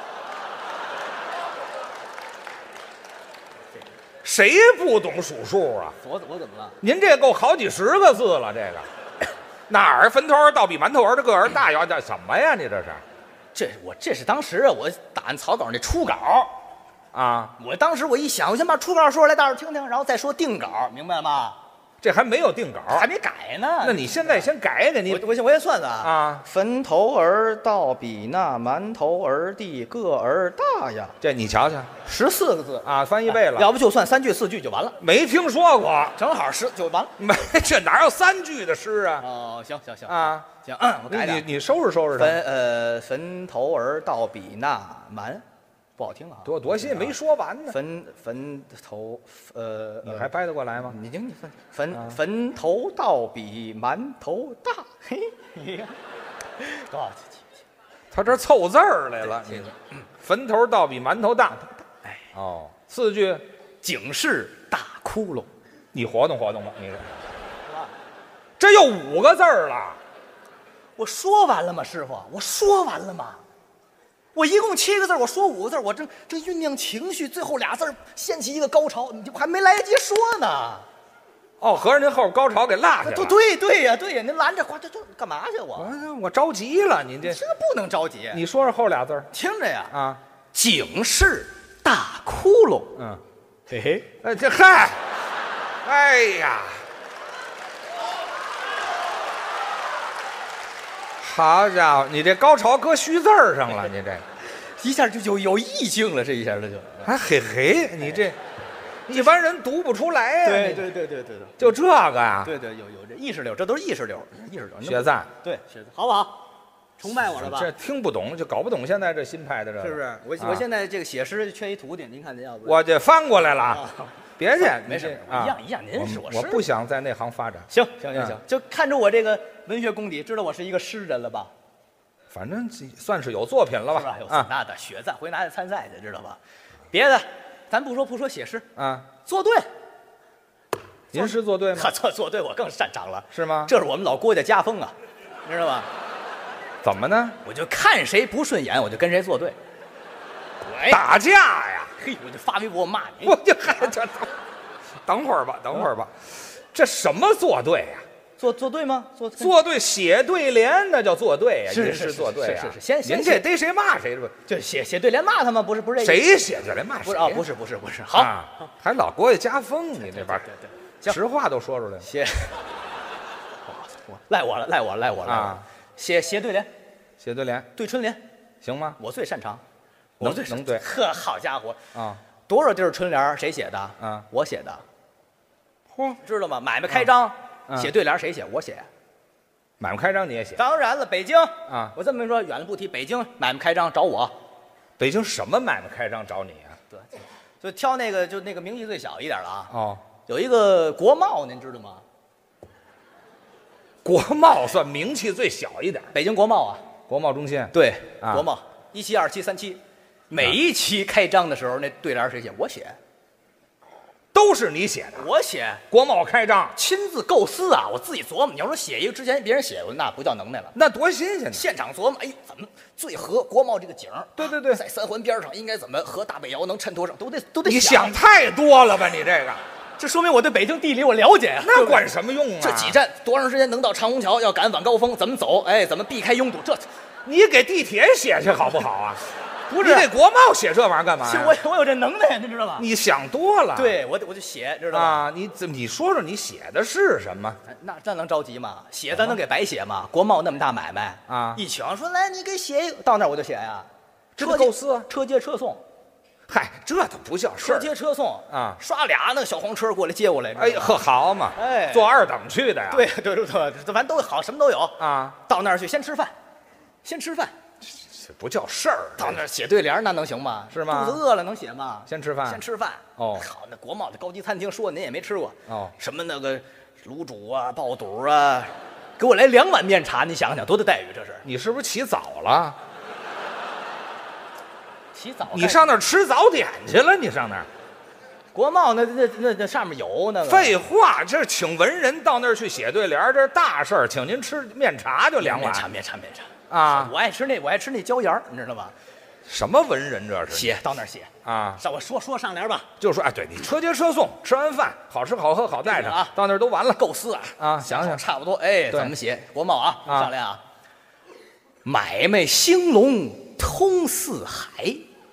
谁不懂数数啊？ 我我怎么了？ 您这够好几十个字了，这个哪儿坟头儿倒比馒头儿的个儿大呀？这什么呀？你这是？ 这我这是当时啊，我打完草稿那初稿啊。 我当时我一想，我先把初稿说出来，大伙儿听听，然后再说定稿，明白吗？ 这还没有定稿， 还没改呢。 那你现在先改改，你我我先我先算算啊。 啊， 坟头儿倒比那馒头儿的个儿大呀。 这你瞧瞧， 十四个字啊，翻一倍了。 要不就算三句四句就完了， 没听说过， 正好十就完了。 没，这哪有三句的诗啊？ 哦，行行行啊， 行，嗯，我改改。 你你收拾收拾它。 坟呃坟头儿倒比那馒，不好听啊。 多多新，没说完呢。 坟坟头呃， 你还掰得过来吗？ 你听你坟坟坟头倒比馒头大，嘿，多少？ 他这凑字儿来了。你坟头倒比馒头大。 哎， 哦，四句， 警示大窟窿。 你活动活动吧，你这，这又五个字儿了。 我说完了吗，师傅？我说完了吗？我一共七个字，我说五个字，我正正酝酿情绪，最后俩字掀起一个高潮，你就还没来得及说呢。 哦，合着您后边高潮给落下了。 对对对呀，对呀，您拦着，快这这干嘛去？我我我着急了，您这这不能着急。 你说说后俩字儿。 听着呀， 啊， 警示大窟窿。 嗯， 嘿嘿， 哎这嗨，哎呀，好家伙，你这高潮搁虚字儿上了，你这一下就有有意境了，这一下这就还嘿嘿，你这一般人读不出来呀。 对对对对对对， 就这个呀。 对对，有有这意识流，这都是意识流，意识流。 学赞， 对，学赞，好不好？崇拜我了吧？ 这听不懂，就搞不懂现在这新派的这是不是？我我现在这个写诗缺一徒弟，您看您要不？ 我这翻过来了啊，别去， 没事， 啊， 一样一样。您是我诗， 我不想在那行发展。 行行行行，就看出我这个文学功底，知道我是一个诗人了吧？ 反正算是有作品了吧？ 是吧？有啊， 那的血赞，回拿去参赛去，知道吧？别的，咱不说不说写诗啊， 作对。 吟诗作对吗？ 作作对我更擅长了， 是吗？ 这是我们老郭家家风啊，知道吧？ 怎么呢？ 我就看谁不顺眼，我就跟谁作对。 打架呀！ 嘿，我就发微博骂你。 我就还这等等会儿吧，等会儿吧，这什么作对呀？ 作作对吗？作作对写对联，那叫作对呀，吟诗作对呀。 是是是，先您这逮谁骂谁是吧？ 就写写对联骂他吗？不是不是这谁写对联骂谁？ 不是啊，不是不是不是。好， 还老国家家风，你这边对对对， 实话都说出来了。 写，赖我了，赖我了，赖我了啊！写写对联， 写对联， 对春联， 行吗？ 我最擅长， 能我最能对。 呵，好家伙啊！ 多少地儿春联谁写的？ 啊， 我写的。 嚯， 知道吗？买卖开张写对联谁写？我写。 买卖开张你也写？ 当然了，北京啊， 我这么说远了不提，北京买卖开张找我。 北京什么买卖开张找你啊？ 对，就挑那个就那个名气最小一点的啊。 哦， 有一个国贸，您知道吗？ 国贸算名气最小一点， 北京国贸啊， 国贸中心。 对， 啊、 国贸一期、二期、三期，每一期开张的时候，那对联谁写？我写。 都是你写的。 我写国贸开张， 亲自构思啊，我自己琢磨。你要说写一个之前别人写过，那不叫能耐了。 那多新鲜呢！ 现场琢磨，哎，怎么最合国贸这个景？ 对对对， 在三环边上应该怎么和大北窑能衬托上，都得都得你想太多了吧？你这个， 这说明我对北京地理我了解呀。 那管什么用啊？ 这几站多长时间能到长虹桥？要赶晚高峰怎么走？哎，怎么避开拥堵？这你给地铁写去好不好啊？ 不是你给国贸写这玩意儿干嘛呀？ 我我有这能耐，你知道吗？ 你想多了。 对我我就写，知道吗？ 啊，你怎么？你说说你写的是什么？ 那这能着急吗？写咱能给白写吗？国贸那么大买卖啊， 一请说来你给写一个，到那儿我就写呀。 这个构思， 车接车送。 嗨，这都不叫事儿。 车接车送啊， 刷俩那个小黄车过来接过来。 哎呀，呵，好嘛， 哎， 坐二等去的呀。 对对对对，反正都好，什么都有啊。 到那儿去先吃饭，先吃饭。 这不叫事儿， 到那儿写对联那能行吗？ 是吗？ 肚子饿了能写吗？ 先吃饭， 先吃饭。 哦， 好，那国贸的高级餐厅说您也没吃过哦， 什么那个卤煮啊、爆肚啊，给我来两碗面茶，你想想多大待遇这是？ 你是不是起早了？ 起早？ 你上那儿吃早点去了？你上那儿？ 国贸那那那那上面有那个。 废话，这是请文人到那儿去写对联，这是大事儿，请您吃面茶就两碗。 面茶面茶面茶。 啊， 我爱吃那，我爱吃那椒盐儿，你知道吗？ 什么文人这是？ 写到那儿写啊， 上我说说上联吧， 就说哎，对你车接车送，吃完饭好吃好喝好带上啊， 到那儿都完了。 构思啊啊，想想差不多，哎，怎么写？国贸啊， 啊上联啊，买卖兴隆通四海，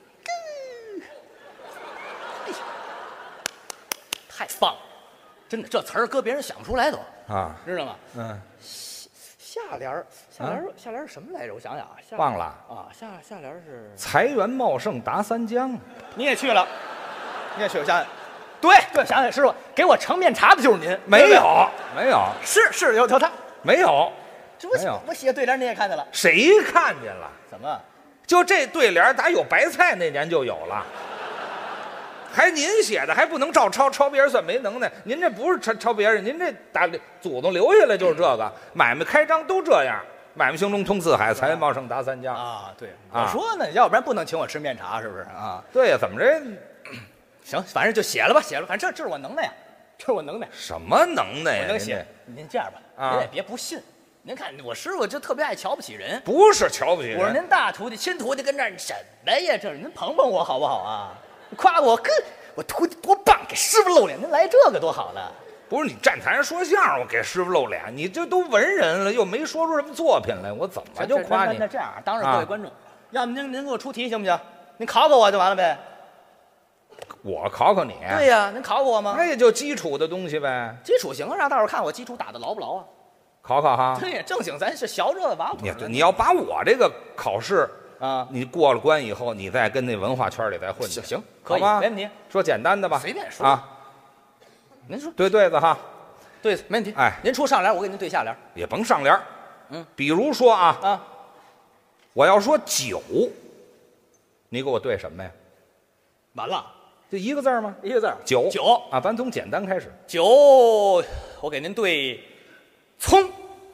太棒了，真的，这词儿搁别人想不出来都啊， 知道吗？ 嗯。 下联儿，下联儿，下联儿什么来着？我想想啊，下忘了啊，下下联儿是财源茂盛达三江。 你也去了，你也去了，想想，对对，想想师傅给我盛面茶的就是您， 没有没有， 是是有有他， 没有， 这我没有我写对联你也看见了， 谁看见了？ 怎么？ 就这对联，打有白菜那年就有了。还您写的，还不能照抄，抄别人算没能耐。您这不是抄抄别人，您这打祖宗留下来就是这个，买卖开张都这样，买卖兴隆通四海，财源茂盛达三江啊。对， 啊我说呢，要不然不能请我吃面茶，是不是啊？ 对呀，怎么这？ 行，反正就写了吧，写了，反正这这是我能耐呀，这是我能耐。 什么能耐呀？ 我能写。您这样吧， 啊您也别不信。您看我师傅就特别爱瞧不起人， 不是瞧不起人。 我说您大徒弟、亲徒弟跟这儿什么呀？这是您捧捧我好不好啊？夸我跟我徒弟多棒，给师傅露脸，您来这个多好呢。 不是你站台上说相声，我给师傅露脸，你这都文人了，又没说出什么作品来，我怎么就夸你？ 那这样，当着各位观众，要么您您给我出题行不行？您考考我就完了呗。 我考考你。 对呀，您考考我吗？ 那也就基础的东西呗。 基础行啊，让大伙看我基础打的牢不牢啊。 考考哈。 对呀，正经咱是学这瓦你你要把我这个考试啊， 你过了关以后，你再跟那文化圈里再混去。 行，可以， 好吧， 没问题。 说简单的吧， 随便说啊。 您说对对子哈， 对，没问题。 哎， 您出上联，我给您对下联。 也甭上联。 嗯， 比如说啊啊， 我要说酒，你给我对什么呀？ 完了， 就一个字吗？ 一个字。 酒酒啊，咱从简单开始。 酒，我给您对葱。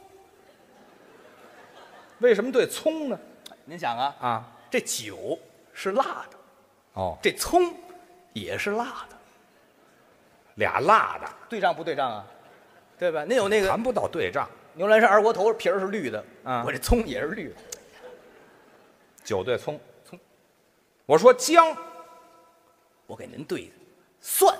为什么对葱呢？ 您想啊啊， 这酒是辣的， 哦， 这葱也是辣的， 俩辣的， 对账不对账啊？对吧？您有那个谈不到对账。 牛栏山二锅头皮儿是绿的， 啊我这葱也是绿的。 酒对葱，葱。我说姜， 我给您对蒜，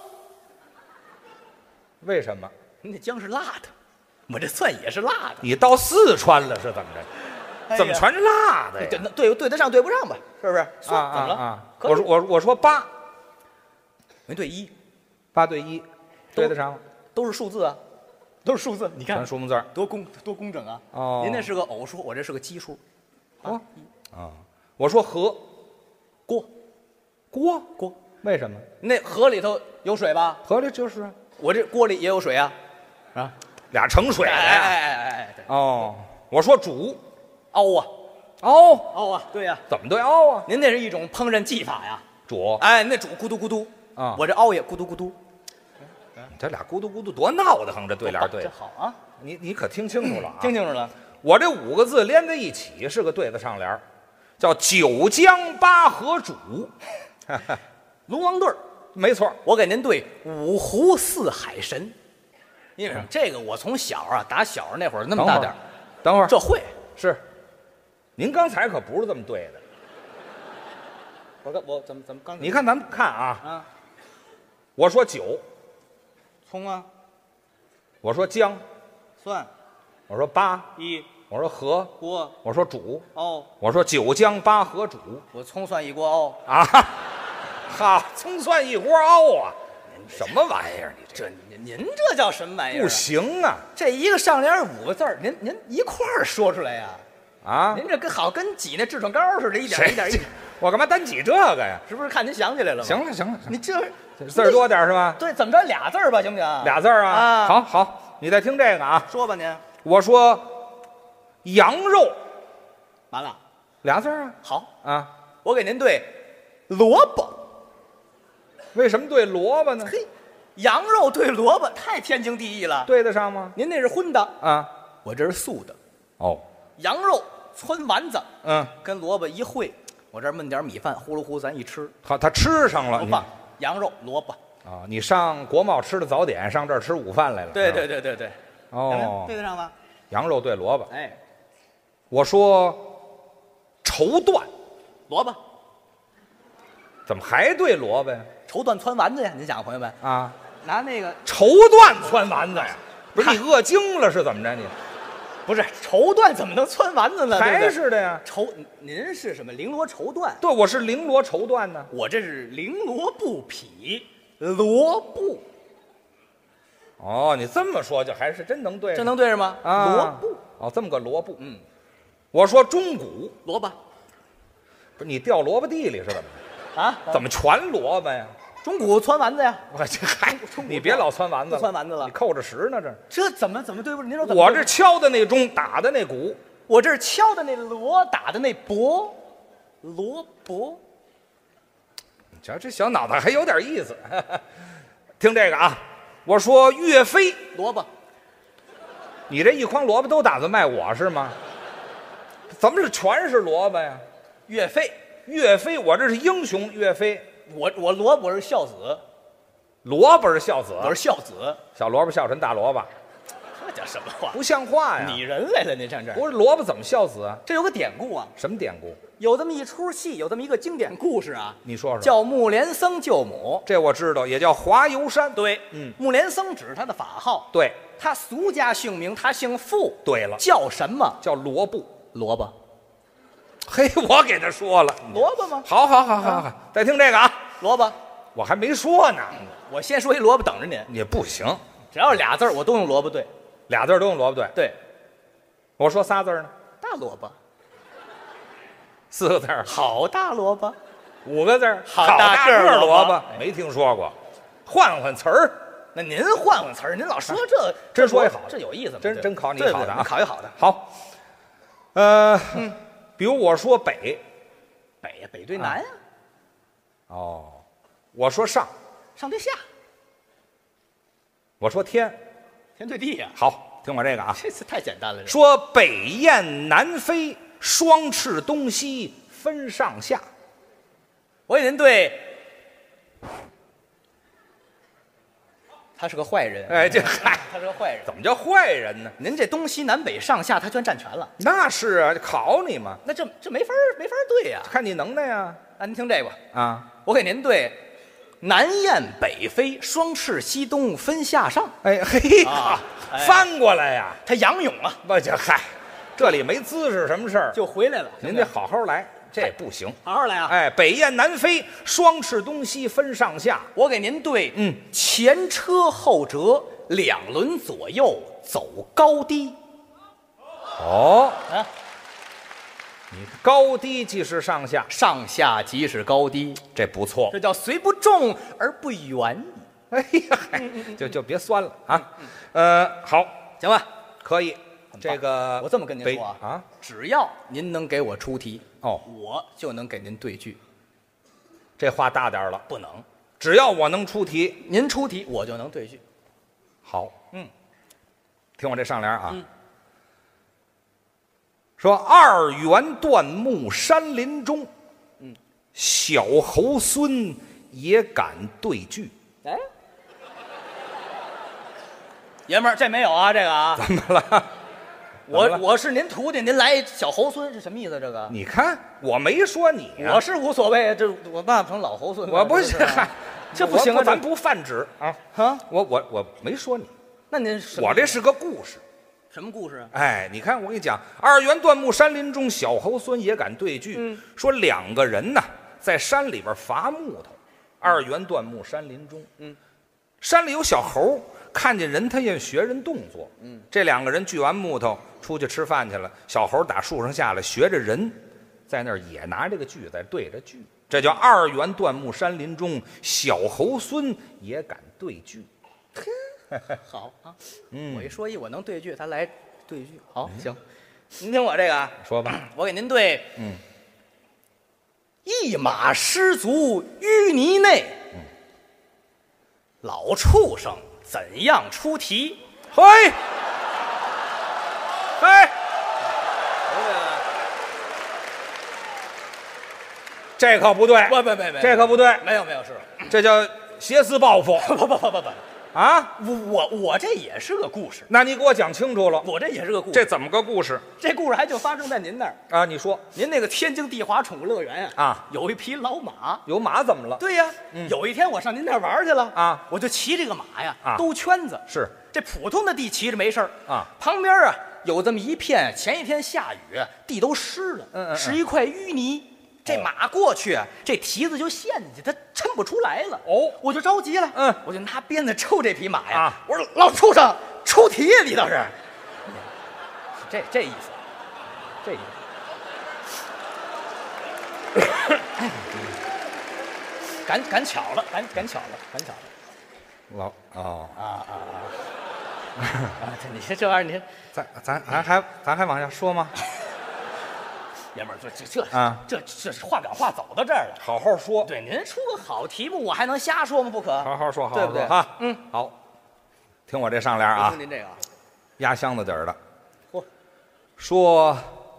为什么？ 您这姜是辣的，我这蒜也是辣的。 你到四川了是怎么着？ 哎、 怎么全是辣的呀？ 对对对得上对不上吧？是不是？蒜、 啊怎么了？ 啊！我说我我说八， 没对一， 八对一，对得上吗？ 都是数字啊，都是数字。你看全数目字儿， 多工多工整啊！ 哦， 您那是个偶数，我这是个奇数。 哦啊，我说河锅锅锅， 为什么？ 那河里头有水吧？ 河里就是啊， 我这锅里也有水啊，啊， 俩盛水的哎呀。 哎哎哎哎，对， 哦，我说煮熬啊熬， 熬啊，对呀。 怎么对熬啊？ 您那是一种烹饪技法呀。 煮， 哎，那煮咕嘟咕嘟啊， 我这熬也咕嘟咕嘟。 这俩咕嘟咕嘟多闹得慌，这对联对这。好啊， 你你可听清楚了啊！ 听清楚了。 我这五个字连在一起是个对子上联，叫九江八河煮。 龙王对儿， 没错。 我给您对五湖四海神，因为什么？这个我从小啊，打小那会儿那么大点儿， 等会儿这会是，您刚才可不是这么对的。 我刚我怎么怎么刚才你看咱们看啊， 啊， 我说酒， 葱啊， 我说姜， 蒜我说八， 一我说和， 锅我说煮， 哦， 我说酒姜八和煮我葱蒜一锅哦， 啊，哈，葱蒜一锅熬啊，什么玩意儿？你这这您您这叫什么玩意儿啊？ 不行啊这一个上联五个字儿，您您一块儿说出来呀？ 啊！ 您这跟好跟挤那痔疮膏似的，一点谁一点一点， 我干嘛单挤这个呀？ 是不是看您想起来了吗？ 行了行了， 你这字儿多点儿是吧？ 对，怎么着俩字儿吧，行不行？ 俩字儿啊。 啊好好，你再听这个啊。 说吧您。 我说羊肉完了， 俩字儿啊好， 啊。 我给您对萝卜。 为什么对萝卜呢？ 嘿，羊肉对萝卜太天经地义了。 对得上吗？ 您那是荤的， 啊， 我这是素的。 哦， 羊肉汆丸子嗯， 跟萝卜一烩，我这儿焖点米饭，呼噜呼咱一吃， 好，他吃上了。你不放羊肉萝卜。 啊，你上国贸吃的早点，上这儿吃午饭来了。 对是吧对对对对， 哦， 对得上吗？ 羊肉对萝卜。 哎， 我说绸缎， 萝卜怎么还对萝卜呀？ 绸缎汆丸子呀，您想朋友们， 啊， 拿那个绸缎汆丸子呀？不是你饿精了是怎么着你？ 不是绸缎怎么能汆丸子呢？对不还对是的呀？ 绸，您是什么绫罗绸缎？ 对，我是绫罗绸缎呢。 我这是绫罗布匹罗布， 哦，你这么说就还是真能对上， 这能对上吗？ 啊？ 罗布， 哦，这么个萝卜。 嗯， 我说中谷， 萝卜不是你掉萝卜地里是怎么着？ 啊， 怎么全萝卜呀？ 中谷汆丸子呀？ 我这还中谷你别老汆丸子了， 不汆丸子了你扣着食呢这。 这怎么怎么对不住？您说怎么我对不住？ 这敲的那钟，打的那鼓， 我这是敲的那锣，打的那钹，罗卜。 你瞧这小脑袋还有点意思。听这个啊，我说岳飞， 萝卜， 你这一筐萝卜都打算卖我是吗？怎么是全是萝卜呀？ 岳飞， 岳飞，我这是英雄岳飞， 我我萝卜是孝子， 萝卜是孝子， 我是孝子， 小萝卜孝顺大萝卜， 这叫什么话？ 不像话呀！ 拟人来了，您上这儿。 不是萝卜怎么孝子啊？ 这有个典故啊， 什么典故？ 有这么一出戏，有这么一个经典故事啊， 你说说。 叫木莲僧救母。 这我知道，也叫华游山。 对， 嗯， 木莲僧只是他的法号， 对， 他俗家姓名，他姓傅， 对了， 叫什么？ 叫罗布。 萝卜， 嘿，我给他说了， 萝卜吗？ 好好好好好，再听这个啊， 萝卜， 我还没说呢， 我先说一萝卜等着您， 也不行， 只要俩字儿我都用萝卜对。 俩字儿都用萝卜对。 对， 我说仨字儿呢， 大萝卜， 四个字儿， 好大萝卜， 五个字儿， 好大大个儿个儿萝萝卜卜，没听说过，换换词儿， 那您换换词儿，您老说这， 真说一好的这有意思吗？对真真考你对好的啊对考一好的。 好，呃，比如我说北， 北呀，北对南呀， 哦，我说上， 上对下， 我说天， 天对地呀， 好，听我这个啊， 这次太简单了。这说北雁南飞，双翅东西分上下。 我给您对，他是个坏人。 哎，这嗨， 他是个坏人。 怎么叫坏人呢？ 您这东西南北上下，他全占全了， 那是啊，考你嘛， 那这这没法儿没法儿对呀。 看你能耐呀。 啊，您听这个， 啊， 我给您对，南雁北飞，双翅西东分下上。 哎嘿， 啊哎翻过来呀， 他仰泳啊， 不就嗨，这里没姿势什么事儿？ 就回来了。 您得好好来，这不行。 好好来啊！ 哎，北雁南飞，双翅东西分上下。 我给您对， 嗯， 前车后辙，两轮左右走高低。 哦， 啊， 你高低即是上下， 上下即是高低， 这不错。 这叫虽不中而不远。 哎呀，嗨就就别酸了啊。呃，好， 行吧？ 可以。这个我这么跟您北说啊， 啊， 只要您能给我出题， 哦， 我就能给您对句。 这话大点儿了， 不能， 只要我能出题， 您出题我就能对句。 好， 嗯， 听我这上联啊， 嗯说二元断木山林中， 嗯， 小猴孙也敢对句。 哎，爷们儿，这没有啊，这个啊， 怎么了？ 我我是您徒弟，您来一小猴孙是什么意思？这个你看我没说你呀、 我是无所谓，这我办不成老猴孙， 我不是， 是吧嗨， 这不行啊，这我咱不泛指啊。 啊， 我我我没说你， 那您什么我这是个故事。 什么故事啊？ 哎，你看我跟你讲，二元断木山林中，小猴孙也敢对句。 嗯说两个人呢在山里边伐木头，二元断木山林中， 嗯， 山里有小猴，看见人他也学人动作。 嗯， 这两个人锯完木头出去吃饭去了，小猴打树上下来，学着人在那儿也拿这个锯在对着锯，这叫二元断木山林中，小猴孙也敢对句。 好啊， 嗯我一说一，我能对句，咱来对句。好，行，您听我这个啊， 说吧。 我给您对。 嗯， 一马失足淤泥内，老畜生怎样出题？ 嘿，嘿，这可不对， 不不不不， 这可不对， 没有没有是， 这叫挟私报复不不不不不， 啊！ 我我我这也是个故事， 那你给我讲清楚了， 我这也是个故事， 这怎么个故事这故事还就发生在您那儿。 啊？你说您那个天津地华宠物乐园呀， 啊， 有一匹老马。 有马怎么了？ 对呀，有一天我上您那儿玩去了啊， 我就骑这个马呀啊， 兜圈子。 是这普通的地骑着没事儿啊， 旁边啊有这么一片，前一天下雨，地都湿了， 嗯嗯嗯是一块淤泥。这马过去啊，这蹄子就陷进去，它抻不出来了。 哦我就着急了， 嗯我就拿鞭子抽这匹马呀。 啊我说老畜生，出题呀，你倒是，这这意思，这意思。赶赶巧了，赶赶巧了，赶巧了。 老哦， 啊啊啊！啊，这你这这玩意儿，你咱咱咱还咱还往下说吗？ 爷们儿，这这这啊这这是话赶话走到这儿了。 好好说， 对，您出个好题目，我还能瞎说吗？不可。 好好说，好好对不对说哈。 嗯， 好，听我这上联啊听，您这个啊， 压箱子底儿的。 嚯， 说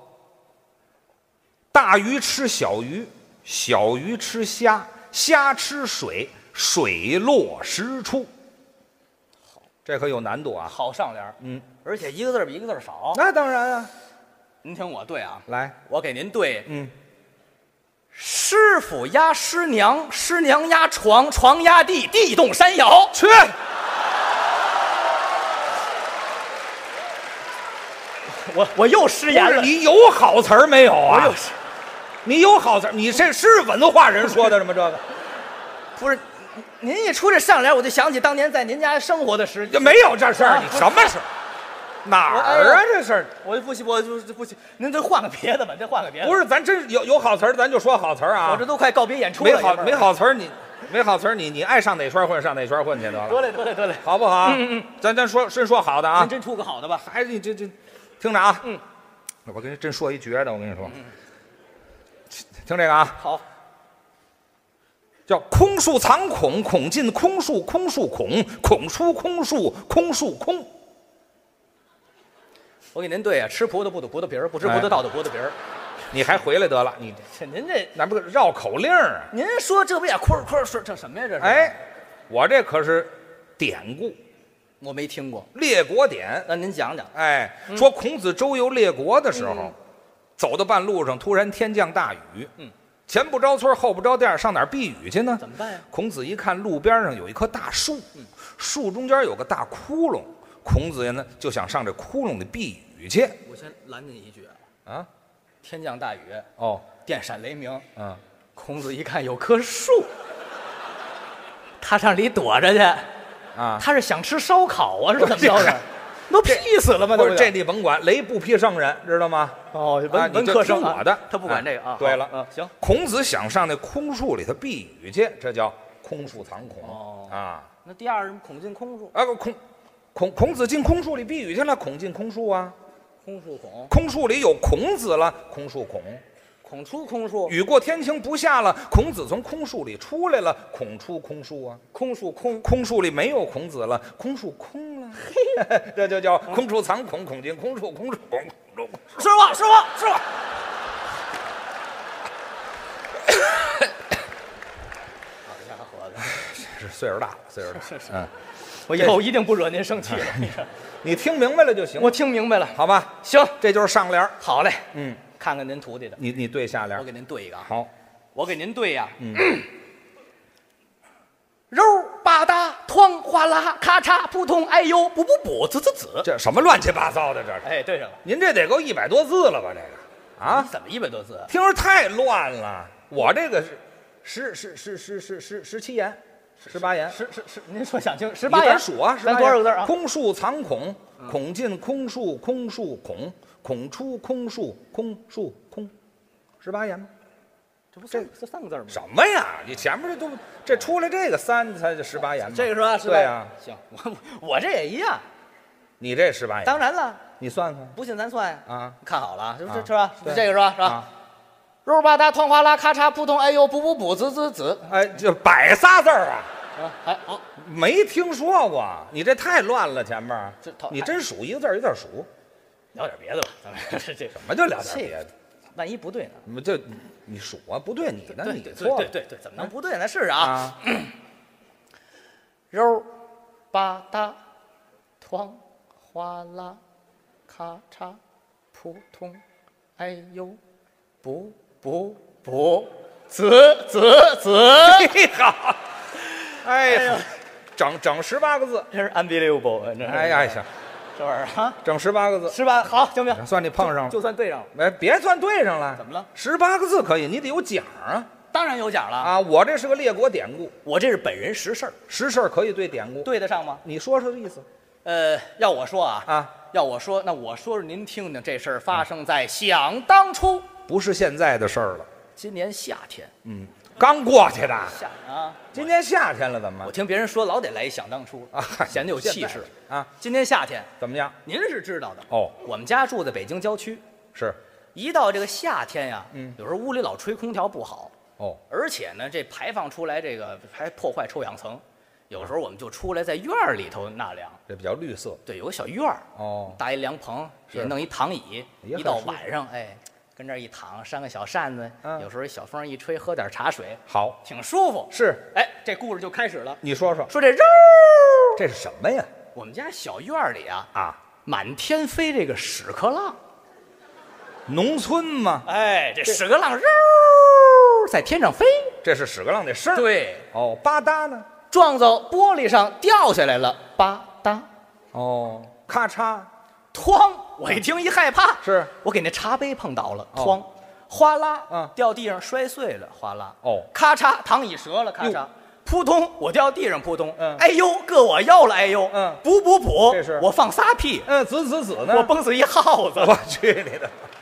大鱼吃小鱼，小鱼吃虾，虾吃水，水落石出。这可有难度啊！ 好上联儿， 嗯， 而且一个字儿比一个字儿少。 那当然啊。 您听我对啊， 来， 我给您对： 嗯， 师傅压师娘，师娘压床，床压地，地动山摇。 去。 我我又失言了， 你有好词儿没有啊？ 我又失， 你有好词儿？你这是文化人说的什么？这个不是。您一出这上联，我就想起当年在您家生活的时这没有这事儿， 啊你什么事儿？哪儿啊？这事儿我就不行，我就不行。您再换个别的吧，再换个别的。 不是，咱真有有好词儿，咱就说好词儿啊。 我这都快告别演出了。 没好爷们儿没好词儿，你没好词儿，你你爱上哪圈混上哪圈混去得了， 得嘞得嘞得嘞， 好不好？ 嗯嗯嗯， 咱咱说真说好的啊您，真出个好的吧？ 还是你这这，听着啊， 嗯， 我跟你真说一绝的，我跟你说，听这个啊， 好， 叫空树藏孔，孔进空树，空树孔，孔出空树，空树空。 我给您对啊，吃葡萄不吐葡萄皮儿，不吃葡萄倒吐葡萄皮儿。 你还回来得了，你这您这， 那不是绕口令儿啊？ 您说这不也坤坤说这什么呀？这是？ 哎，我这可是典故， 我没听过， 列国典。 那您讲讲。 哎，说孔子周游列国的时候， 嗯走到半路上，突然天降大雨， 嗯， 前不着村后不着店，上哪儿避雨去呢？ 怎么办呀？ 孔子一看路边上有一棵大树， 嗯树中间有个大窟窿，孔子呢就想上这窟窿里避雨去我先拦您一句啊， 啊。 天降大雨， 哦， 电闪雷鸣， 嗯， 孔子一看有棵树，他上里躲着去， 啊， 他是想吃烧烤啊，是怎么着的？都劈死了吗？ 不是这对对你甭管，雷不劈圣人，知道吗？ 哦， 啊文你就文科生啊听我的他不管这个啊。 对了好嗯，行。 孔子想上那空树里头避雨去，这叫空树藏孔。 哦啊那第二孔进空树， 啊，孔孔孔子进空树里避雨去了，孔进空树啊， 空树孔， 空树里有孔子了，空树孔。 孔出空树， 雨过天晴不下了，孔子从空树里出来了，孔出空树啊。 空树空， 空树里没有孔子了，空树空了，这就叫空处藏孔，孔进空树，空处孔。空处师傅师傅师傅，好是岁数大了，岁数大。 是是嗯， 我以后一定不惹您生气了。 你听明白了就行。 我听明白了， 好吧， 行， 这就是上联。 好嘞， 嗯， 看看您徒弟的， 你你对下联我。给您对一个啊， 好， 我给您对呀， 嗯， 肉吧嗒，哐哗啦，咔嚓，扑通，哎呦，补补补，子子子。 这什么乱七八糟的这是？ 哎，对上了。 您这得够一百多字了吧？这个啊你，怎么一百多字啊？ 听着太乱了。我这个是十十十十十十十七言，十八言。 十十十，您说想清十你八言咱数啊， 咱多少个字啊？ 空数藏孔，孔进空数，空数孔，孔出空数，空数空，十八言吗？ 这不这这三个字吗？ 什么呀？你前面这都这出来这个三才就十八言吗？ 这个是吧？是吧对呀， 行，我我这也一样。 你这十八言， 当然了， 你算算不信咱算呀。 啊。 看好了啊，是不是啊是吧？ 对这个是吧？是吧？ 啊， 肉吧嗒，哐哗啦，咔嚓，扑通，哎呦，补补补，子子子。 哎，这百仨字儿啊， 啊，还好， 没听说过。你这太乱了，前面这头你真数一个字儿一个字儿数， 聊点别的吧，咱们这这什么就聊点别的？ 万一不对呢？ 你这你数啊，不对，你那对你错了对对对对，怎么能不对呢？咱试试啊。 啊。 肉吧嗒，哐哗啦，咔嚓，扑通，哎呦，补补补，子子子。 嘿好，哎呀哎呀， 整整十八个字。 这是 unbelievable，这是哎呀，行， 这玩意儿啊， 整十八个字， 是吧？好，行不行？ 算你碰上了。 就算对上了， 哎，别算对上了。 怎么了？ 十八个字可以，你得有奖啊！ 当然有奖了。 啊，我这是个列国典故， 我这是本人实事儿， 实事儿可以对典故。 对得上吗？ 你说说意思呃，要我说啊， 啊？ 要我说，那我说说您听听，这事儿发生在想当初， 不是现在的事儿了， 今年夏天， 嗯，刚过去的。 夏啊， 今年夏天了，怎么我听别人说老得来一想当初啊显得有气势。 啊？ 今年夏天， 怎么样？ 您是知道的哦， 我们家住在北京郊区， 是一到这个夏天呀， 嗯有时候屋里老吹空调不好， 哦， 而且呢，这排放出来这个还破坏臭氧层，有时候我们就出来在院儿里头纳凉。 这比较绿色对，有个小院儿， 哦。 搭一凉棚， 是也弄一躺椅， 也很一到舒服晚上，哎，跟这儿一躺，扇个小扇子， 嗯有时候小风一吹，喝点茶水， 好， 挺舒服。 是哎，这故事就开始了， 你说说， 说这肉， 这是什么呀？ 我们家小院儿里啊， 啊， 满天飞这个屎壳郎， 农村吗？ 哎，这屎壳郎肉在天上飞， 这是屎壳郎的声儿。 对， 哦，吧嗒呢？ 撞到玻璃上掉下来了，吧嗒， 哦，咔嚓， 哐！我一听一害怕， 是我给那茶杯碰倒了， 哦哐，哗啦， 嗯掉地上摔碎了，哗啦， 哦咔嚓，躺椅折了，咔嚓哟， 扑通，我掉地上，扑通， 嗯哎呦，硌我腰了，哎呦， 嗯补补补， 这是我放仨屁， 嗯，子子子呢？ 我崩死一耗子， 我去你的！